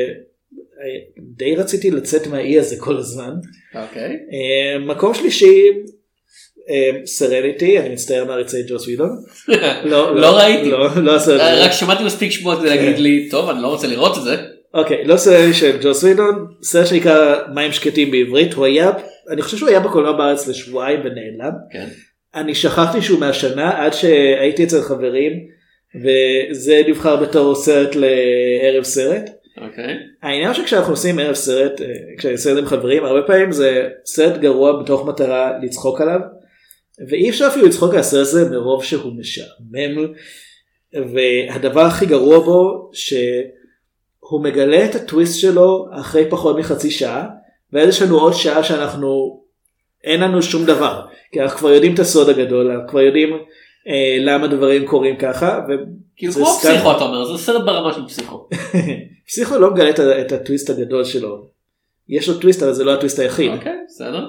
ודי רציתי לצאת מהאי הזה כל הזמן.
אוקיי.
מקום שלישי, סרניטי, אני מצטער מעריצי ג'וס ווידון.
לא ראיתי.
רק
שמעתי מספיק שמות כדי להגיד לי, טוב, אני לא רוצה לראות את זה.
אוקיי, לא סרט של ג'וס ווידון, סרט שנקרא מים שקטים בעברית, הוא היה, אני חושב שהוא היה בקולנוע בארץ לשבועיים ונעלם.
כן.
אני שכחתי שהוא מהשנה עד שהייתי אצל חברים, וזה נבחר בתור סרט לערב סרט.
אוקיי.
העניין שכשאנחנו עושים ערב סרט, כשאני עושה את זה עם חברים, הרבה פעמים זה סרט גרוע בתוך מטרה לצחוק עליו, ואי אפשר אפילו לצחוק על הסרט הזה מרוב שהוא משעמם, והדבר הכי גרוע בו, שהוא מגלה את הטוויסט שלו אחרי פחות מחצי שעה, ואז יש לנו עוד שעה אין לנו שום דבר, כי אנחנו כבר יודעים את הסוד הגדול, אנחנו כבר יודעים למה דברים קורים ככה.
כאילו כמו פסיכו אתה אומר, זה סרט ברמה של פסיכו.
פסיכו לא מגלה את הטוויסט הגדול שלו, יש לו טוויסט אבל זה לא הטוויסט היחיד.
אוקיי, בסדר.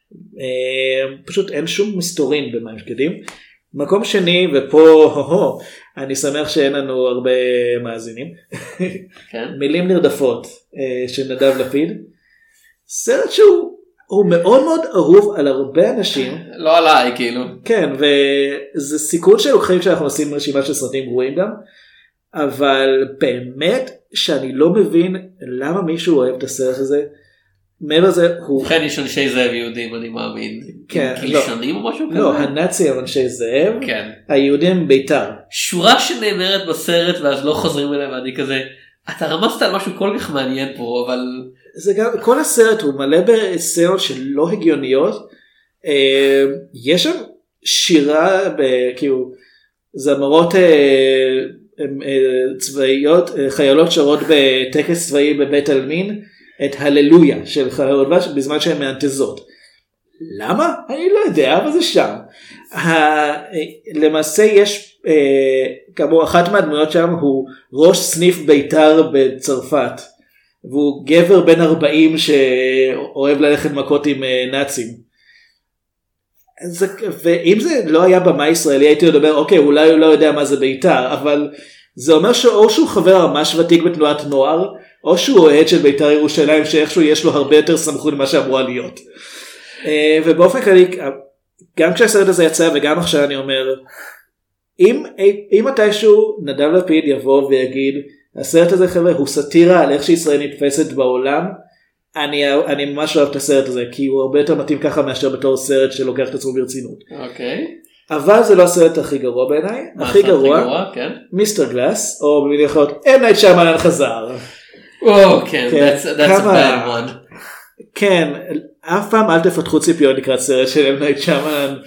פשוט אין שום מסתורין במים שקטים. מקום שני, ופה אני שמח שאין לנו הרבה מאזינים, מילים נרדפות של נדב לפיד, סרט שהוא מאוד מאוד אהוב על הרבה אנשים.
לא עליי כאילו.
כן, וזה סיכון שלוקחים שאנחנו עושים רשימה של סרטים גרועים גם, אבל באמת שאני לא מבין למה מישהו אוהב את הסרט הזה. מעבר לזה הוא...
ובכן יש אנשי זאב יהודים אני מאמין.
כן.
קלשונים או משהו כזה?
לא, הנאצים אנשי זאב.
כן.
היהודים בית"ר.
שורה שנאמרת בסרט ואז לא חוזרים אליה ואני כזה, אתה רמזת על משהו כל כך מעניין פה אבל...
זה גם, כל הסרט הוא מלא בסצנות שלא הגיוניות. יש שם שירה כאילו זמרות צבאיות, חיילות שרות בטקס צבאי בבית עלמין את הללויה של חיילות דבש בזמן שהן מאנטזות. למה? אני לא יודע, אבל זה שם. למעשה יש, כאמור, אחת מהדמויות שם הוא ראש סניף בית"ר בצרפת, והוא גבר בן 40 שאוהב ללכת מכות עם נאצים. ואם זה לא היה במה ישראלי הייתי לדבר, אוקיי, אולי הוא לא יודע מה זה בית"ר, אבל זה אומר שאו שהוא חבר ממש ותיק בתנועת נוער, או שהוא אוהד של בית"ר ירושלים שאיכשהו יש לו הרבה יותר סמכות ממה שאמורה להיות. ובאופן כללי, גם כשהסרט הזה יצא וגם עכשיו אני אומר, אם מתישהו נדב לפיד יבוא ויגיד, הסרט הזה חבר'ה הוא סאטירה על איך שישראל נתפסת בעולם, אני ממש אוהב את הסרט הזה, כי הוא הרבה יותר מתאים ככה מאשר בתור סרט שלוקח את עצמו ברצינות.
אוקיי.
אבל זה לא הסרט הכי גרוע בעיניי, הכי גרוע, מיסטר גלאס, או במילים אחרות, M. Night Shyamalan חזר.
כן, that's a bad one.
כן, אף פעם אל תפתחו ציפיות לקראת סרט של M. Night Shyamalan.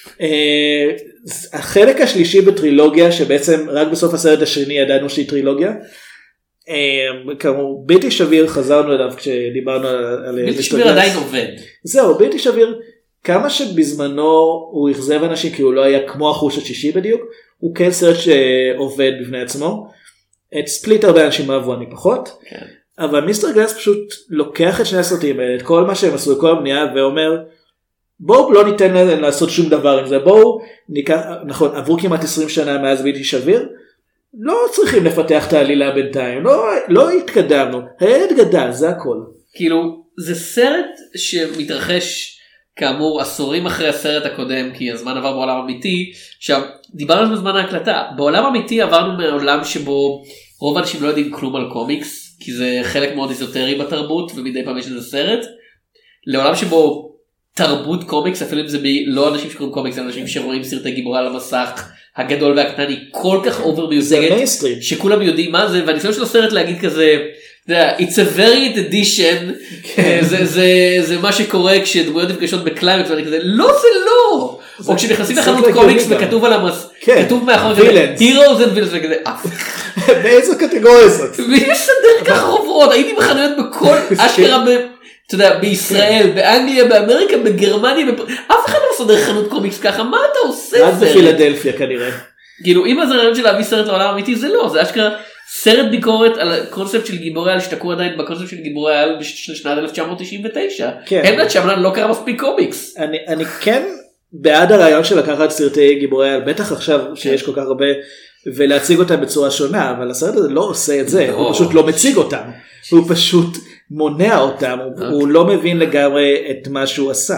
החלק השלישי בטרילוגיה, שבעצם רק בסוף הסרט השני ידענו שהיא טרילוגיה, כאמור, בלתי שביר חזרנו אליו כשדיברנו על
בלתי שביר עדיין עובד.
זהו, בלתי שביר, כמה שבזמנו הוא אכזב אנשים כי הוא לא היה כמו החוש השישי בדיוק, הוא כן סרט שעובד בפני עצמו. את ספליט הרבה אנשים אהבו, אני פחות.
כן.
אבל מיסטר גלאס פשוט לוקח את שני הסרטים האלה, את כל מה שהם עשו, את כל הבנייה, ואומר, בואו לא ניתן להם לעשות שום דבר עם זה, בואו ניקח, נכון, עברו כמעט 20 שנה מאז בלתי שביר, לא צריכים לפתח את העלילה בינתיים, לא התקדמנו, הילד גדל, זה הכל.
כאילו, זה סרט שמתרחש כאמור עשורים אחרי הסרט הקודם, כי הזמן עבר בעולם אמיתי. עכשיו, דיברנו על בזמן ההקלטה, בעולם אמיתי עברנו מעולם שבו רוב האנשים לא יודעים כלום על קומיקס, כי זה חלק מאוד איזוטרי בתרבות, ומדי פעם יש איזה סרט, לעולם שבו תרבות קומיקס, אפילו אם זה לא אנשים שקוראים קומיקס, זה אנשים שרואים סרטי גיבורה על המסך, הגדול והקטן היא כל כך אובר מיוזגת, שכולם יודעים מה זה, והניסיון של הסרט להגיד כזה, it's a variant edition, זה מה שקורה כשדמויות נפגשות בקליימקס, ואני כזה, לא זה לא, או כשנכנסים לחנות קומיקס וכתוב על המס, כתוב מאחור, heroes and villains וכזה,
באיזו קטגוריה זאת?
מי מסדר ככה חוברות, הייתי בחנויות בכל אשכרה אתה יודע, בישראל, באנגליה, באמריקה, בגרמניה, אף אחד לא עושה דרך חנות קומיקס ככה, מה אתה עושה?
רק בפילדלפיה כנראה.
כאילו, אם זה רעיון של להביא סרט לעולם אמיתי, זה לא, זה אשכרה סרט ביקורת על הקונספט של גיבורי על, שתקעו עדיין בקונספט של גיבורי על של שנת 1999. המנט שמלן לא קרא מספיק קומיקס.
אני כן בעד הרעיון של לקחת סרטי גיבורי על, בטח עכשיו שיש כל כך הרבה, ולהציג אותם בצורה שונה, אבל הסרט הזה לא עושה את זה, הוא פשוט לא מציג אותם, הוא פשוט מונע אותם, הוא לא מבין לגמרי את מה שהוא עשה.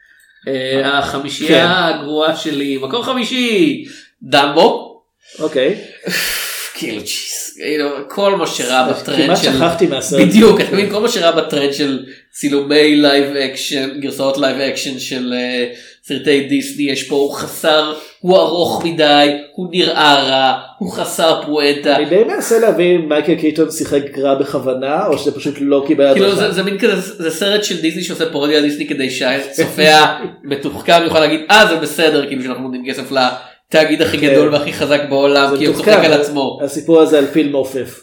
החמישייה הגרועה שלי, מקום חמישי, דמבו.
אוקיי.
כאילו כל מה שראה בטרנד
כמעט שכחתי מהסרט.
בדיוק, אתה מבין, כל מה שראה בטרנד של צילומי לייב אקשן, גרסאות לייב אקשן של סרטי דיסני, יש פה, הוא חסר, הוא ארוך מדי, הוא נראה רע, הוא חסר פואנטה.
אני די מנסה להבין מייקל קיטון שיחק רע בכוונה, או שזה פשוט לא קיבל הדרכה.
כאילו זה מין כזה, זה סרט של דיסני שעושה פרודיה דיסני כדי שהצופה מתוחכם יוכל להגיד, זה בסדר, כאילו שאנחנו נותנים כסף לתאגיד הכי גדול והכי חזק בעולם, כי הוא צוחק על עצמו.
הסיפור הזה על פיל מעופף.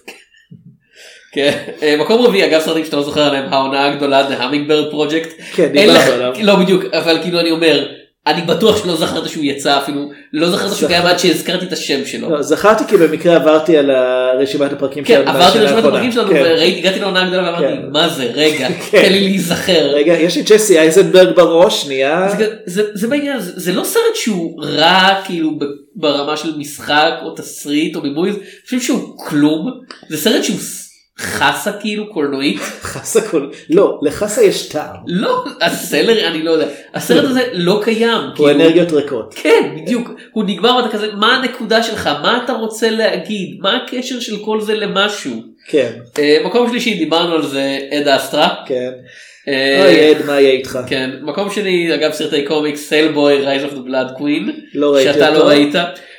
כן, מקום רביעי, אגב סרטים שאתה לא זוכר עליהם, העונה הגדולה, The Hummingbird Project.
כן, דיברנו עליו.
לא בדיוק, אבל כאילו אני אומר, אני בטוח שלא זכרת שהוא יצא אפילו, לא זכרת שהוא קיים עד שהזכרתי את השם שלו.
לא, זכרתי כי במקרה עברתי על רשימת הפרקים
שלנו. כן, עברתי על רשימת הפרקים שלנו, והגעתי לעונה הגדולה ואמרתי, מה זה, רגע, תן לי להיזכר.
רגע, יש לי ג'סי אייזנברג בראש, שנייה.
זה בעניין, זה לא סרט שהוא רע כאילו ברמה של משחק או תסריט או בימוי, אני חושב שהוא כלום, זה סרט שהוא חסה כאילו קולנועית.
חסה קולנועית, לא, לחסה יש טעם.
לא, הסלר, אני לא יודע, הסרט הזה לא קיים.
הוא אנרגיות ריקות.
כן, בדיוק, הוא נגמר ואתה כזה, מה הנקודה שלך, מה אתה רוצה להגיד, מה הקשר של כל זה למשהו.
כן.
מקום שלישי, דיברנו על זה, אד אסטרה.
כן. אוי אד, מה יהיה איתך?
כן, מקום שני, אגב סרטי קומיקס, סייל-בוי, Rise of the Blood Queen.
לא ראיתי אותו.
שאתה לא ראית.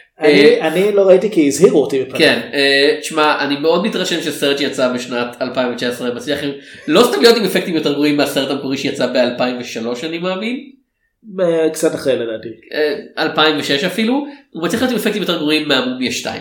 אני לא ראיתי כי הזהירו אותי בפניו.
כן, תשמע, אני מאוד מתרשם שסרט שיצא בשנת 2019 מצליח לא סתם להיות עם אפקטים יותר גרועים מהסרט המקורי שיצא ב-2003 אני מאמין.
קצת אחרי לדעתי.
2006 אפילו, הוא מצליח להיות עם אפקטים יותר גרועים מהמומיה 2.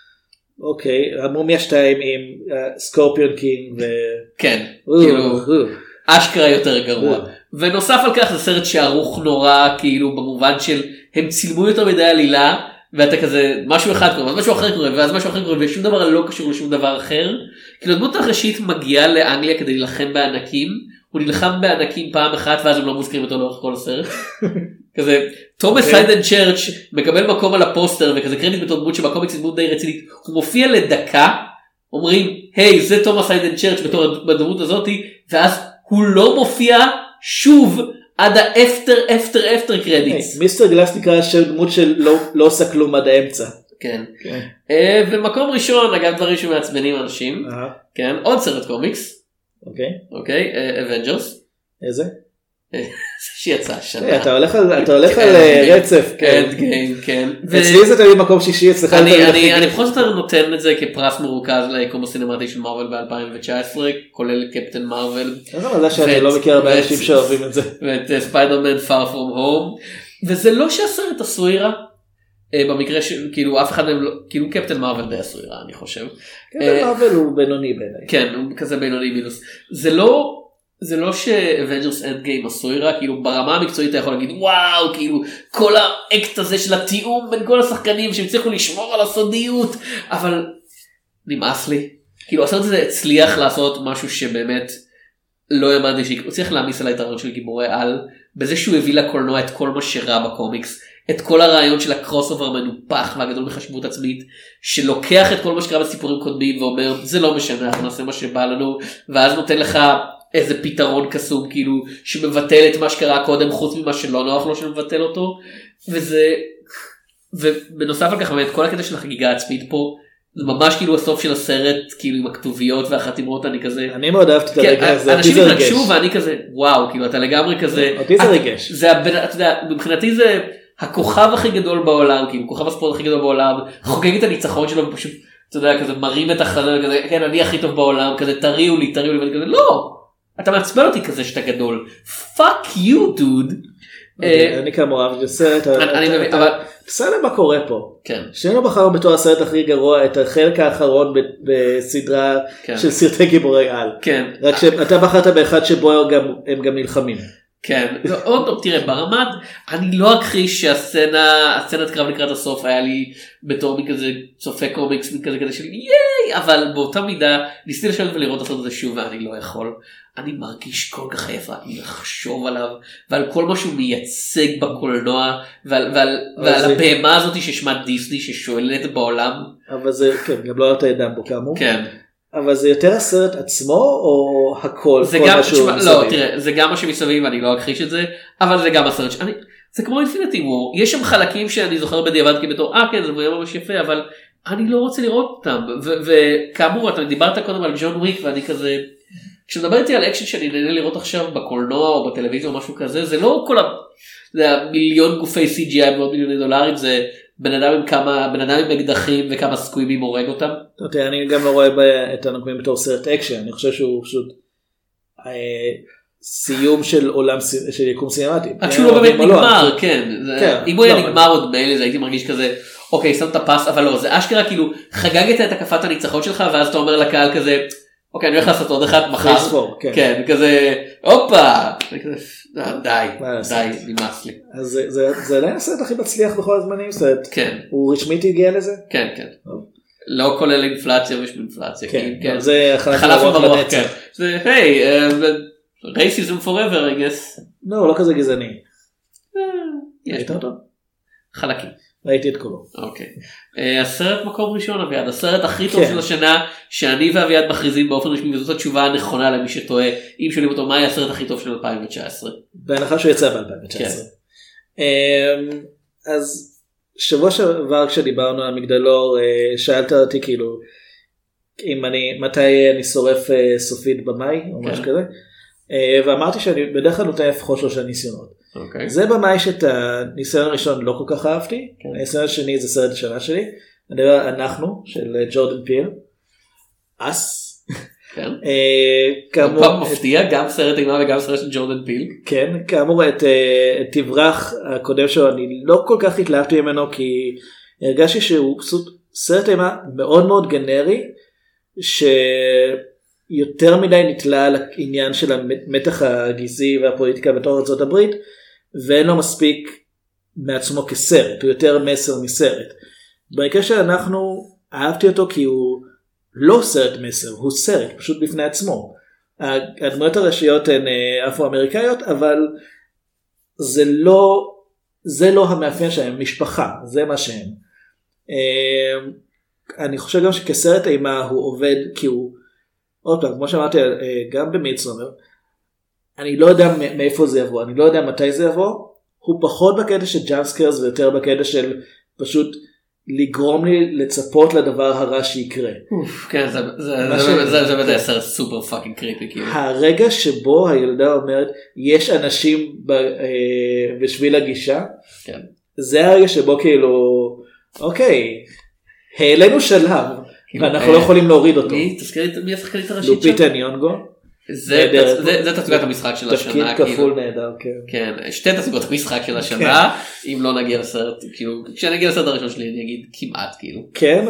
אוקיי, המומיה 2 עם סקורפיון קינג ו...
כן, כאילו, אשכרה יותר גרוע. ונוסף על כך זה סרט שערוך נורא, כאילו במובן של הם צילמו יותר מדי עלילה, ואתה כזה, משהו אחד קורה, ואז משהו אחר קורה, ואז משהו אחר קורה, ושום דבר לא קשור לשום דבר אחר. כאילו הדמות הראשית מגיעה לאנגליה כדי להילחם בענקים, הוא נלחם בענקים פעם אחת, ואז הם לא מוזכרים אותו לאורך כל הסרט. כזה, תומאס היידן צ'רץ' מקבל מקום על הפוסטר, וכזה קרדיט בתור דמות שבקומיקס דמות די רצינית, הוא מופיע לדקה, אומרים, היי, זה תומאס היידן צ'רץ' בתור בדמות הזאת, ואז הוא לא מופיע שוב, עד האפטר קרדיטס.
מיסטר גלאס נקרא של דמות שלא עושה כלום עד האמצע.
כן. ומקום ראשון, אגב דברים שמעצבנים אנשים. כן, עוד סרט קומיקס. אוקיי, אבנג'רס.
איזה?
שיצא השנה.
אתה הולך על רצף.
אנד גיים, כן.
אצלי זה תמיד מקום שישי אצלך.
אני בכל זאת נותן את זה כפרס מרוכז ליקום הסינמטי של מארוול ב-2019, כולל קפטן מארוול.
איזה מזל שאני לא מכיר הרבה אנשים שאוהבים את זה.
ואת ספיידרמן Far From Home. וזה לא שהסרט עשוי רע. במקרה כאילו אף אחד מהם לא, כאילו קפטן מארוול די עשוי רע אני חושב.
קפטן מארוול הוא בינוני בעיניי.
כן, הוא כזה בינוני מינוס. זה לא שאבנג'רס אנד גיים עשוי רע, כאילו ברמה המקצועית אתה יכול להגיד וואו, כאילו כל האקט הזה של התיאום בין כל השחקנים שהצליחו לשמור על הסודיות, אבל נמאס לי. כאילו הסרט הזה הצליח לעשות משהו שבאמת לא האמנתי שהוא צריך להעמיס עליי את הרעיון של גיבורי על, בזה שהוא הביא לקולנוע את כל מה שרע בקומיקס, את כל הרעיון של הקרוס אובר מנופח והגדול בחשיבות עצמית, שלוקח את כל מה שקרה בסיפורים קודמים ואומר זה לא משנה, אנחנו נעשה מה שבא לנו, ואז נותן לך איזה פתרון קסום כאילו שמבטל את מה שקרה קודם חוץ ממה שלא נוח לו שמבטל אותו, וזה, ובנוסף על כך באמת כל הקטע של החגיגה העצמית פה זה ממש כאילו הסוף של הסרט כאילו עם הכתוביות והחתימות, אני כזה,
אני מאוד אהבתי את הרגע הזה,
אנשים התרגשו ואני כזה וואו, כאילו אתה לגמרי כזה,
אותי זה רגש,
אתה יודע, מבחינתי זה הכוכב הכי גדול בעולם, כאילו כוכב הספורט הכי גדול בעולם, חוגג את הניצחון שלו ופשוט אתה יודע כזה מרים את החזה וכזה, כן אני הכי טוב בעולם, כזה תריעו לי ואני כזה לא, אתה מעצבן אותי כזה שאתה גדול, fuck you dude.
אני כאמור אהבתי את הסרט, בסדר מה קורה פה,
כן.
שנינו בחרנו בתור הסרט הכי גרוע את החלק האחרון בסדרה של סרטי גיבורי על, רק שאתה בחרת באחד שבו הם גם נלחמים.
כן, עוד טוב, תראה, ברמד, אני לא אכחיש שהסצנת קרב לקראת הסוף היה לי בתור מכזה צופה קומיקס, מכזה של ייי, אבל באותה מידה ניסיתי לשבת ולראות את הסרט הזה שוב ואני לא יכול. אני מרגיש כל כך עייף רק מלחשוב עליו, ועל כל מה שהוא מייצג בקולנוע, ועל הבהמה הזאת ששמה דיסני ששואלת בעולם.
אבל זה, כן, גם לא אתה ידע בו כאמור.
כן.
אבל זה יותר הסרט עצמו או הכל?
זה גם, לא, תראה, זה גם מה שמסביב, אני לא אכחיש את זה, אבל זה גם הסרט, זה כמו אינפיניטי וור, יש שם חלקים שאני זוכר בדיעבד כבתור, כן, זה ממש יפה, אבל אני לא רוצה לראות אותם, וכאמור, אתה דיברת קודם על ג'ון וויק, ואני כזה, כשמדבר איתי על אקשן שאני נהנה לראות עכשיו בקולנוע או בטלוויזיה או משהו כזה, זה לא כל המיליון גופי CGI ועוד מיליוני דולרים, זה בן אדם עם אקדחים וכמה סקווימים הורג אותם.
אני גם לא רואה את הנקומים בתור סרט אקשן, אני חושב שהוא פשוט סיום של עולם של יקום סינמטי.
רק שהוא לא באמת נגמר, כן. אם הוא היה נגמר עוד מייל, הייתי מרגיש כזה, אוקיי, שמת פס, אבל לא, זה אשכרה כאילו, חגגת את הקפת הניצחון שלך, ואז אתה אומר לקהל כזה, אוקיי, אני הולך לעשות עוד אחד מחר. כן, כזה, הופה, די, נמאס לי.
אז זה עדיין הסרט הכי מצליח בכל הזמנים,
כן.
הוא רשמית הגיע לזה?
כן. לא כולל אינפלציה ושאינפלציה.
כן, זה חלף
ברוח, כן. זה, היי, racism forever, I guess.
לא כזה גזעני. ראית אותו?
חלקים.
ראיתי את כולו.
אוקיי. הסרט מקום ראשון אביעד, הסרט הכי טוב של השנה, שאני ואביעד מכריזים באופן רשמי, וזאת התשובה הנכונה למי שטועה, אם שואלים אותו מה היה הסרט הכי טוב של 2019.
בהנחה שהוא יצא ב-2019. אז שבוע שעבר כשדיברנו על מגדלור, שאלת אותי כאילו, מתי אני שורף סופית במאי, או משהו כזה, ואמרתי שאני בדרך כלל נותן לפחות 3 ניסיונות. זה במאי שאת הניסיון הראשון לא כל כך אהבתי, הניסיון השני זה סרט השנה שלי, אני מדבר אנחנו של ג'ורדן פיל, אס,
פעם מפתיע גם סרט אימה וגם סרט של ג'ורדן פיל,
כן, כאמור את תברח הקודם שלו אני לא כל כך התלהבתי ממנו כי הרגשתי שהוא סרט אימה מאוד מאוד גנרי שיותר מדי נתלה על העניין של המתח הגזעי והפוליטיקה בתוך ארצות הברית ואין לו מספיק מעצמו כסרט, הוא יותר מסר מסרט. במקרה שאנחנו אהבתי אותו כי הוא לא סרט מסר, הוא סרט פשוט בפני עצמו. הדמויות הראשיות הן אפרו-אמריקאיות, אבל זה לא המאפיין שלהם, משפחה, זה מה שהם. אני חושב גם שכסרט אימה הוא עובד כי הוא, עוד פעם, כמו שאמרתי, גם במידסומר, אני לא יודע מאיפה זה יבוא, אני לא יודע מתי זה יבוא, הוא פחות בקטע של ג'אמפסקרס ויותר בקטע של פשוט לגרום לי לצפות לדבר הרע שיקרה.
כן, זה בדי סרט סופר פאקינג קריפי.
הרגע שבו הילדה אומרת, יש אנשים בשביל הגישה, זה הרגע שבו כאילו, אוקיי, העלינו שלב, ואנחנו לא יכולים להוריד אותו.
מי השחקנית הראשית?
לופיטה ניונגו.
זה תצוגת המשחק של השנה.
תפקיד כפול נהדר,
כן. שתי תצוגות המשחק של השנה, אם לא נגיע לסרט, כאילו, כשנגיע לסרט הראשון שלי אני אגיד כמעט, כאילו.
כן,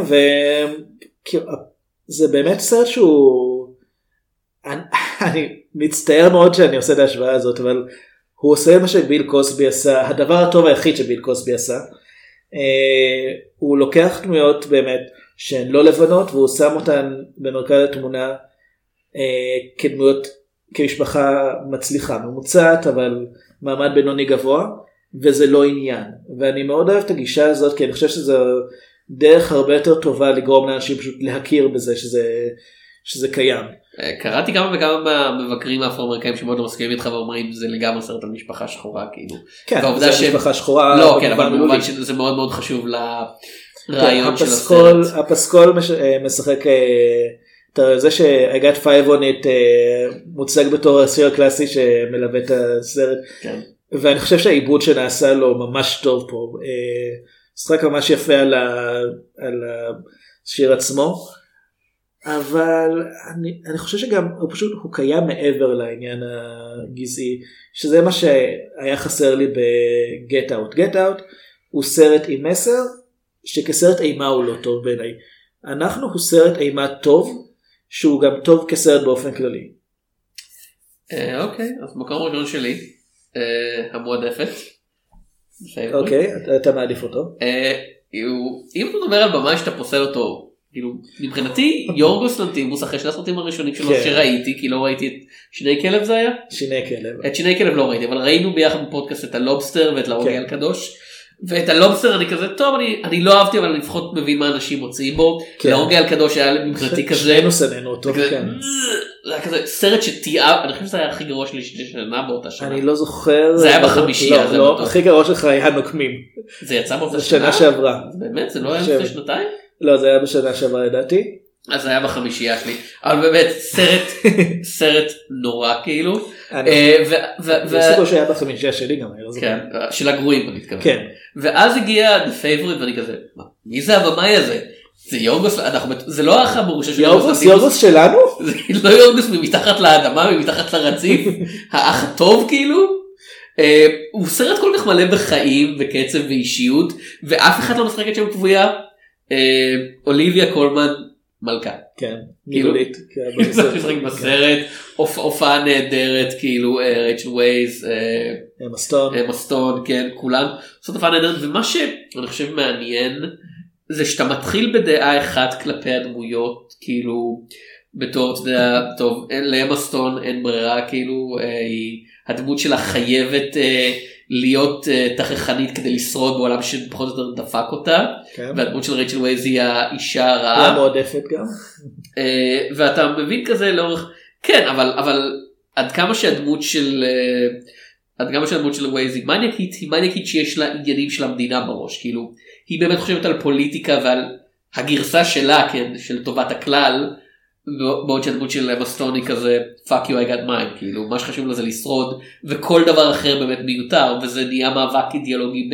וזה באמת סרט שהוא, אני מצטער מאוד שאני עושה את ההשוואה הזאת, אבל הוא עושה מה שביל קוסבי עשה, הדבר הטוב היחיד שביל קוסבי עשה, הוא לוקח דמויות באמת שהן לא לבנות, והוא שם אותן במרכז התמונה, כדמויות, כמשפחה מצליחה, ממוצעת, אבל מעמד בינוני גבוה, וזה לא עניין. ואני מאוד אוהב את הגישה הזאת, כי אני חושב שזו דרך הרבה יותר טובה לגרום לאנשים פשוט להכיר בזה שזה קיים.
קראתי כמה וכמה מבקרים האפרו-אמריקאים שמאוד לא מסכימים איתך ואומרים זה לגמרי סרט על משפחה שחורה, כאילו.
כן, זה משפחה שחורה.
לא, כן, אבל במובן שזה מאוד מאוד חשוב לרעיון של הסרט.
הפסקול משחק, זה ש-I got 5 on it מוצג בתור הסיר הקלאסי שמלווה את הסרט, ואני חושב שהעיבוד שנעשה לו ממש טוב פה, משחק ממש יפה על השיר עצמו. אבל אני חושב שגם הוא קיים מעבר לעניין הגזעי, שזה מה שהיה חסר לי ב-Get Out. Get Out הוא סרט עם מסר, שכסרט אימה הוא לא טוב בעיניי. הוא סרט אימה טוב, שהוא גם טוב כסרט באופן כללי.
אוקיי, אז מקום ראשון שלי, המועדפת.
אוקיי, אתה מעדיף אותו.
אם אתה מדבר על במאי שאתה פוסל אותו, כאילו, מבחינתי יורגוס לנטימוס אחרי שני הסרטים הראשונים שלו שראיתי, כי לא ראיתי את שיני כלב זה היה?
שיני כלב.
את שיני כלב לא ראיתי, אבל ראינו ביחד בפודקאסט את הלובסטר ואת לאורגי הקדוש, ואת הלובסטר אני כזה, טוב, אני לא אהבתי, אבל אני לפחות מבין מה אנשים מוצאים בו. לאורגי הקדוש היה מבחינתי כזה,
שנינו סננו אותו, כן.
זה היה כזה סרט שתיאר, אני חושב שזה היה הכי גרוע שלי שנה באותה שנה.
אני לא זוכר.
זה היה בחמישייה.
לא, הכי גרוע שלך היה נוקמים.
זה יצא באותה
שנה שעברה.
באמת? זה לא היה לפני שנתיים?
לא, זה היה בשנה שעברה לדעתי.
אז זה היה בחמישייה שלי. אבל באמת, סרט נורא כאילו.
זה סיפור שהיה בחמישייה שלי גם.
כן, של הגרועים אני מתכוון.
כן.
ואז הגיע The Favorite ואני כזה, מי זה הבמאי הזה? זה יורגוס, זה לא האח המורשה של
יורגוס שלנו?
זה לא יורגוס ממתחת לאדמה, ממתחת לרציף, האח הטוב כאילו. הוא סרט כל כך מלא בחיים וקצב ואישיות, ואף אחד לא משחקת שם כבויה. אוליביה קולמן מלכה.
כן, מילולית.
משחק בסרט, הופעה נהדרת, כאילו רייצ'ל ווייז, אמה סטון, כן, כולם. זאת הופעה נהדרת, ומה שאני חושב מעניין, זה שאתה מתחיל בדעה אחת כלפי הדמויות, כאילו, בתור, אתה יודע, טוב, לאמה סטון אין ברירה, כאילו, הדמות שלה חייבת להיות תככנית כדי לשרוד בעולם שפחות או יותר דפק אותה, והדמות של רייצ'ל ווייז היא האישה הרעה.
היא מועדפת גם.
ואתה מבין כזה לאורך, כן, אבל עד כמה שהדמות של ווייז היא מניאקית שיש לה עניינים של המדינה בראש, כאילו, היא באמת חושבת על פוליטיקה ועל הגרסה שלה, כן, של טובת הכלל, בעוד שהדמות של מסטון היא כזה fuck you I got mine, כאילו מה שחשוב לה זה לשרוד, וכל דבר אחר באמת מיותר, וזה נהיה מאבק אידיאולוגי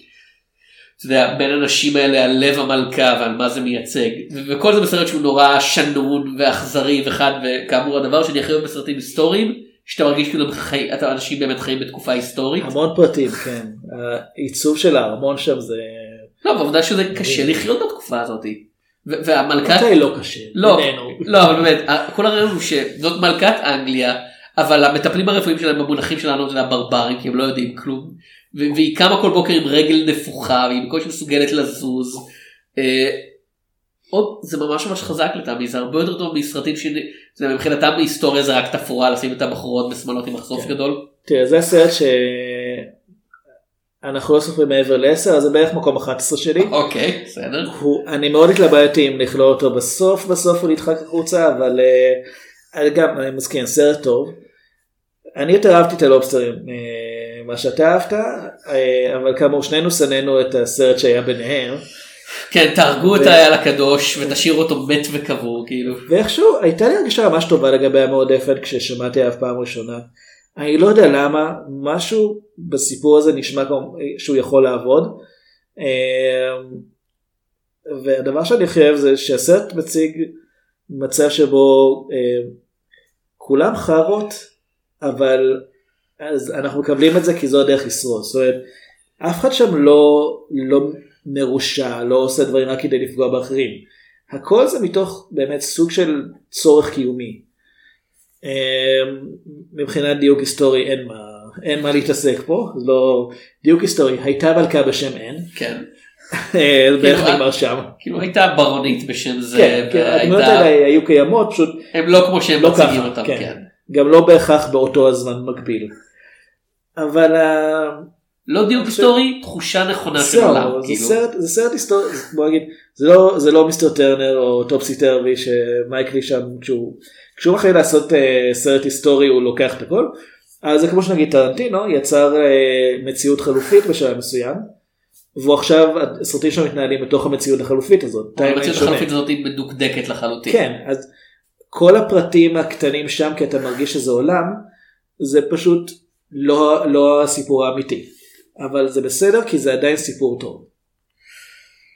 בין אנשים האלה על לב המלכה ועל מה זה מייצג, וכל זה בסרט שהוא נורא שנון ואכזרי וחד, וכאמור הדבר שאני הכי אוהב בסרטים היסטוריים, שאתה מרגיש כאילו אנשים באמת חיים בתקופה היסטורית.
המון פרטים, כן, העיצוב של הארמון שם זה...
לא, בעובדה שזה קשה לחיות בתקופה הזאת. והמלכת...
מתי לא קשה?
לא, אבל באמת, כל הרעיון הוא שזאת מלכת אנגליה, אבל המטפלים הרפואיים שלהם במונחים שלנו זה הברברים, כי הם לא יודעים כלום, והיא קמה כל בוקר עם רגל נפוחה, והיא בקושי מסוגלת לזוז. זה ממש ממש חזק לטעמי, זה הרבה יותר טוב מסרטים שמבחינתם בהיסטוריה זה רק תפורה, לשים את הבחורות בשמאלות עם מחשוף גדול.
תראה, זה הסרט אנחנו לא סופרים מעבר ל-10, אז זה בערך מקום 11 שלי.
אוקיי, בסדר.
אני מאוד התלבטתי אם לכלול אותו בסוף הוא נדחק החוצה, אבל גם אני מסכים, סרט טוב. אני יותר אהבתי את הלובסטרים, מה שאתה אהבת, אבל כאמור שנינו סננו את הסרט שהיה ביניהם.
כן, תהרגו את האייל הקדוש ותשאירו אותו מת וקבור, כאילו.
ואיכשהו, הייתה לי הרגישה ממש טובה לגבי המועדפת כששמעתי עליו פעם ראשונה. אני לא יודע למה, משהו בסיפור הזה נשמע כמו שהוא יכול לעבוד, והדבר שאני חייב זה שהסרט מציג מצב שבו כולם חרות, אבל אז אנחנו מקבלים את זה כי זו הדרך לשרוד, זאת אומרת, אף אחד שם לא מרושע, לא עושה דברים רק כדי לפגוע באחרים, הכל זה מתוך באמת סוג של צורך קיומי. מבחינת דיוק היסטורי אין מה להתעסק פה, לא דיוק היסטורי, הייתה מלכה בשם אין,
כן,
בערך נגמר שם,
כאילו הייתה ברונית בשם זה,
כן, הדמויות האלה היו קיימות, פשוט
הם לא כמו שהם מציגים אותם,
גם לא בהכרח באותו הזמן מקביל, אבל
לא דיוק היסטורי, תחושה נכונה של עולם,
זה סרט היסטורי, בוא נגיד, זה לא מיסטר טרנר או טופסי טרבי שמייקלי שם כשהוא מחליט לעשות סרט היסטורי הוא לוקח את הכל, אז זה כמו שנגיד טרנטינו יצר מציאות חלופית בשלב מסוים, והוא עכשיו הסרטים שלו מתנהלים בתוך המציאות החלופית הזאת.
המציאות החלופית הזאת היא מדוקדקת לחלוטין.
כן, אז כל הפרטים הקטנים שם כי אתה מרגיש שזה עולם, זה פשוט לא הסיפור האמיתי, אבל זה בסדר כי זה עדיין סיפור טוב.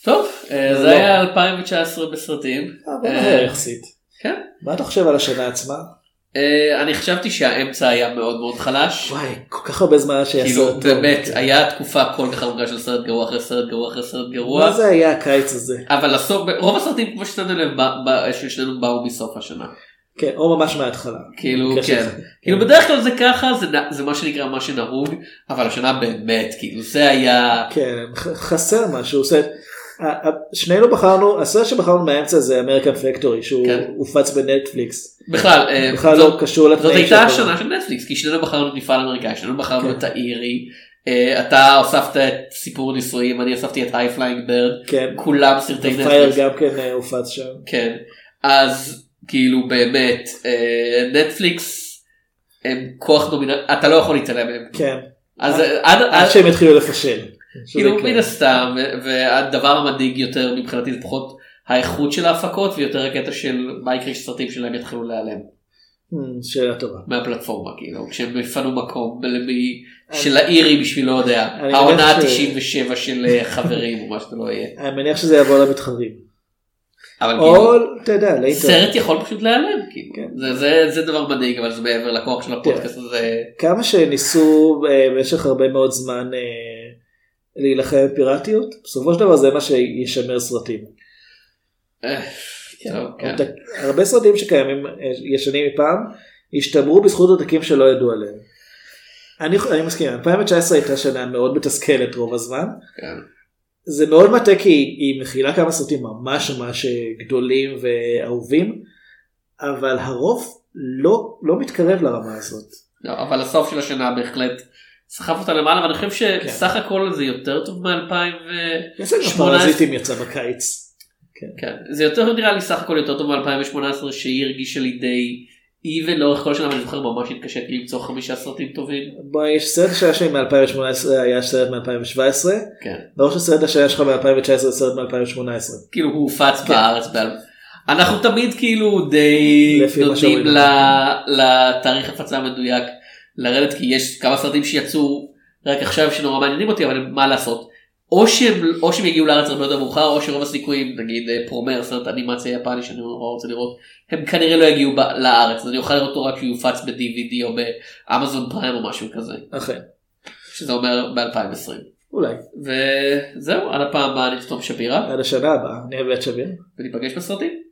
טוב, זה היה 2019 בסרטים.
בוא נראה יחסית.
כן.
מה אתה חושב על השנה עצמה?
אני חשבתי שהאמצע היה מאוד מאוד חלש.
וואי, כל כך הרבה זמן שהיה סרט טוב.
באמת, היה תקופה כל כך ארוכה של סרט גרוע אחרי סרט גרוע אחרי סרט גרוע.
מה זה היה הקיץ הזה?
אבל רוב הסרטים כמו ששמנו לב של שנינו באו מסוף השנה.
כן, או ממש מההתחלה.
כאילו, כן. כאילו בדרך כלל זה ככה, זה מה שנקרא מה שנהוג, אבל השנה באמת, כאילו זה היה...
כן, חסר משהו. שנינו בחרנו, הסרט שבחרנו מהאמצע זה אמריקן פקטורי, שהוא הופץ בנטפליקס.
בכלל
לא קשור לתנאים.
זאת הייתה השנה של נטפליקס, כי שנינו בחרנו את מפעל אמריקאי, שנינו בחרנו את האירי, אתה הוספת את סיפור נישואים, אני הוספתי את היי פליינג ברד, כולם סרטי נטפליקס.
פייר גם כן הופץ שם.
כן, אז כאילו באמת, נטפליקס הם כוח דומיננטי, אתה לא יכול להתעלם מהם. כן.
עד שהם התחילו לפשל.
כאילו מן הסתם, והדבר המדאיג יותר מבחינתי זה פחות האיכות של ההפקות ויותר הקטע של מה יקרה שסרטים שלהם יתחילו להיעלם.
שאלה טובה.
מהפלטפורמה כאילו, כשהם יפנו מקום של האירי בשביל לא יודע, העונה 97 של חברים או מה שאתה לא יהיה.
אני מניח שזה יבוא למתחרים.
או אתה יודע, סרט יכול פשוט להיעלם, זה דבר מדאיג, אבל זה מעבר לכוח של הפודקאסט הזה.
כמה שניסו במשך הרבה מאוד זמן להילחם בפיראטיות, בסופו של דבר זה מה שישמר סרטים. הרבה סרטים שקיימים ישנים מפעם, השתמרו בזכות עותקים שלא ידעו עליהם. אני מסכים, 2019 הייתה שנה מאוד מתסכלת רוב הזמן. זה מאוד מטה כי היא מכילה כמה סרטים ממש ממש גדולים ואהובים, אבל הרוב לא מתקרב לרמה הזאת.
אבל הסוף של השנה בהחלט סחף אותה למעלה, ואני חושב שסך הכל זה יותר טוב מ-2018.
פרזיטים יצא בקיץ.
כן, זה יותר נראה לי סך הכל יותר טוב מ-2018, שהיא הרגישה לי די even לאורך כל שנה, ואני זוכר ממש התקשיתי למצוא 5 סרטים טובים.
בואי, יש סרט השעה שלי מ-2018, היה סרט מ-2017.
כן.
ברור שסרט השעה שלך מ-2019 זה סרט מ-2018.
כאילו הוא הופץ בארץ. אנחנו תמיד כאילו די נותנים לתאריך הפצה המדויק לרדת, כי יש כמה סרטים שיצאו רק עכשיו שנורא מעניינים אותי, אבל מה לעשות? או שהם יגיעו לארץ הרבה יותר מאוחר, או שרוב הסיכויים, נגיד פרומר, סרט אנימציה יפני שאני נורא רוצה לראות, הם כנראה לא יגיעו לארץ, אז אני אוכל לראות אותו רק שהוא יופץ ב-DVD או באמזון פריים או משהו כזה.
אכן.
שזה אומר ב-2020.
אולי.
וזהו, עד הפעם הבאה אני תום שפירה.
עד השנה הבאה, אני אוהב את שביר.
וניפגש בסרטים.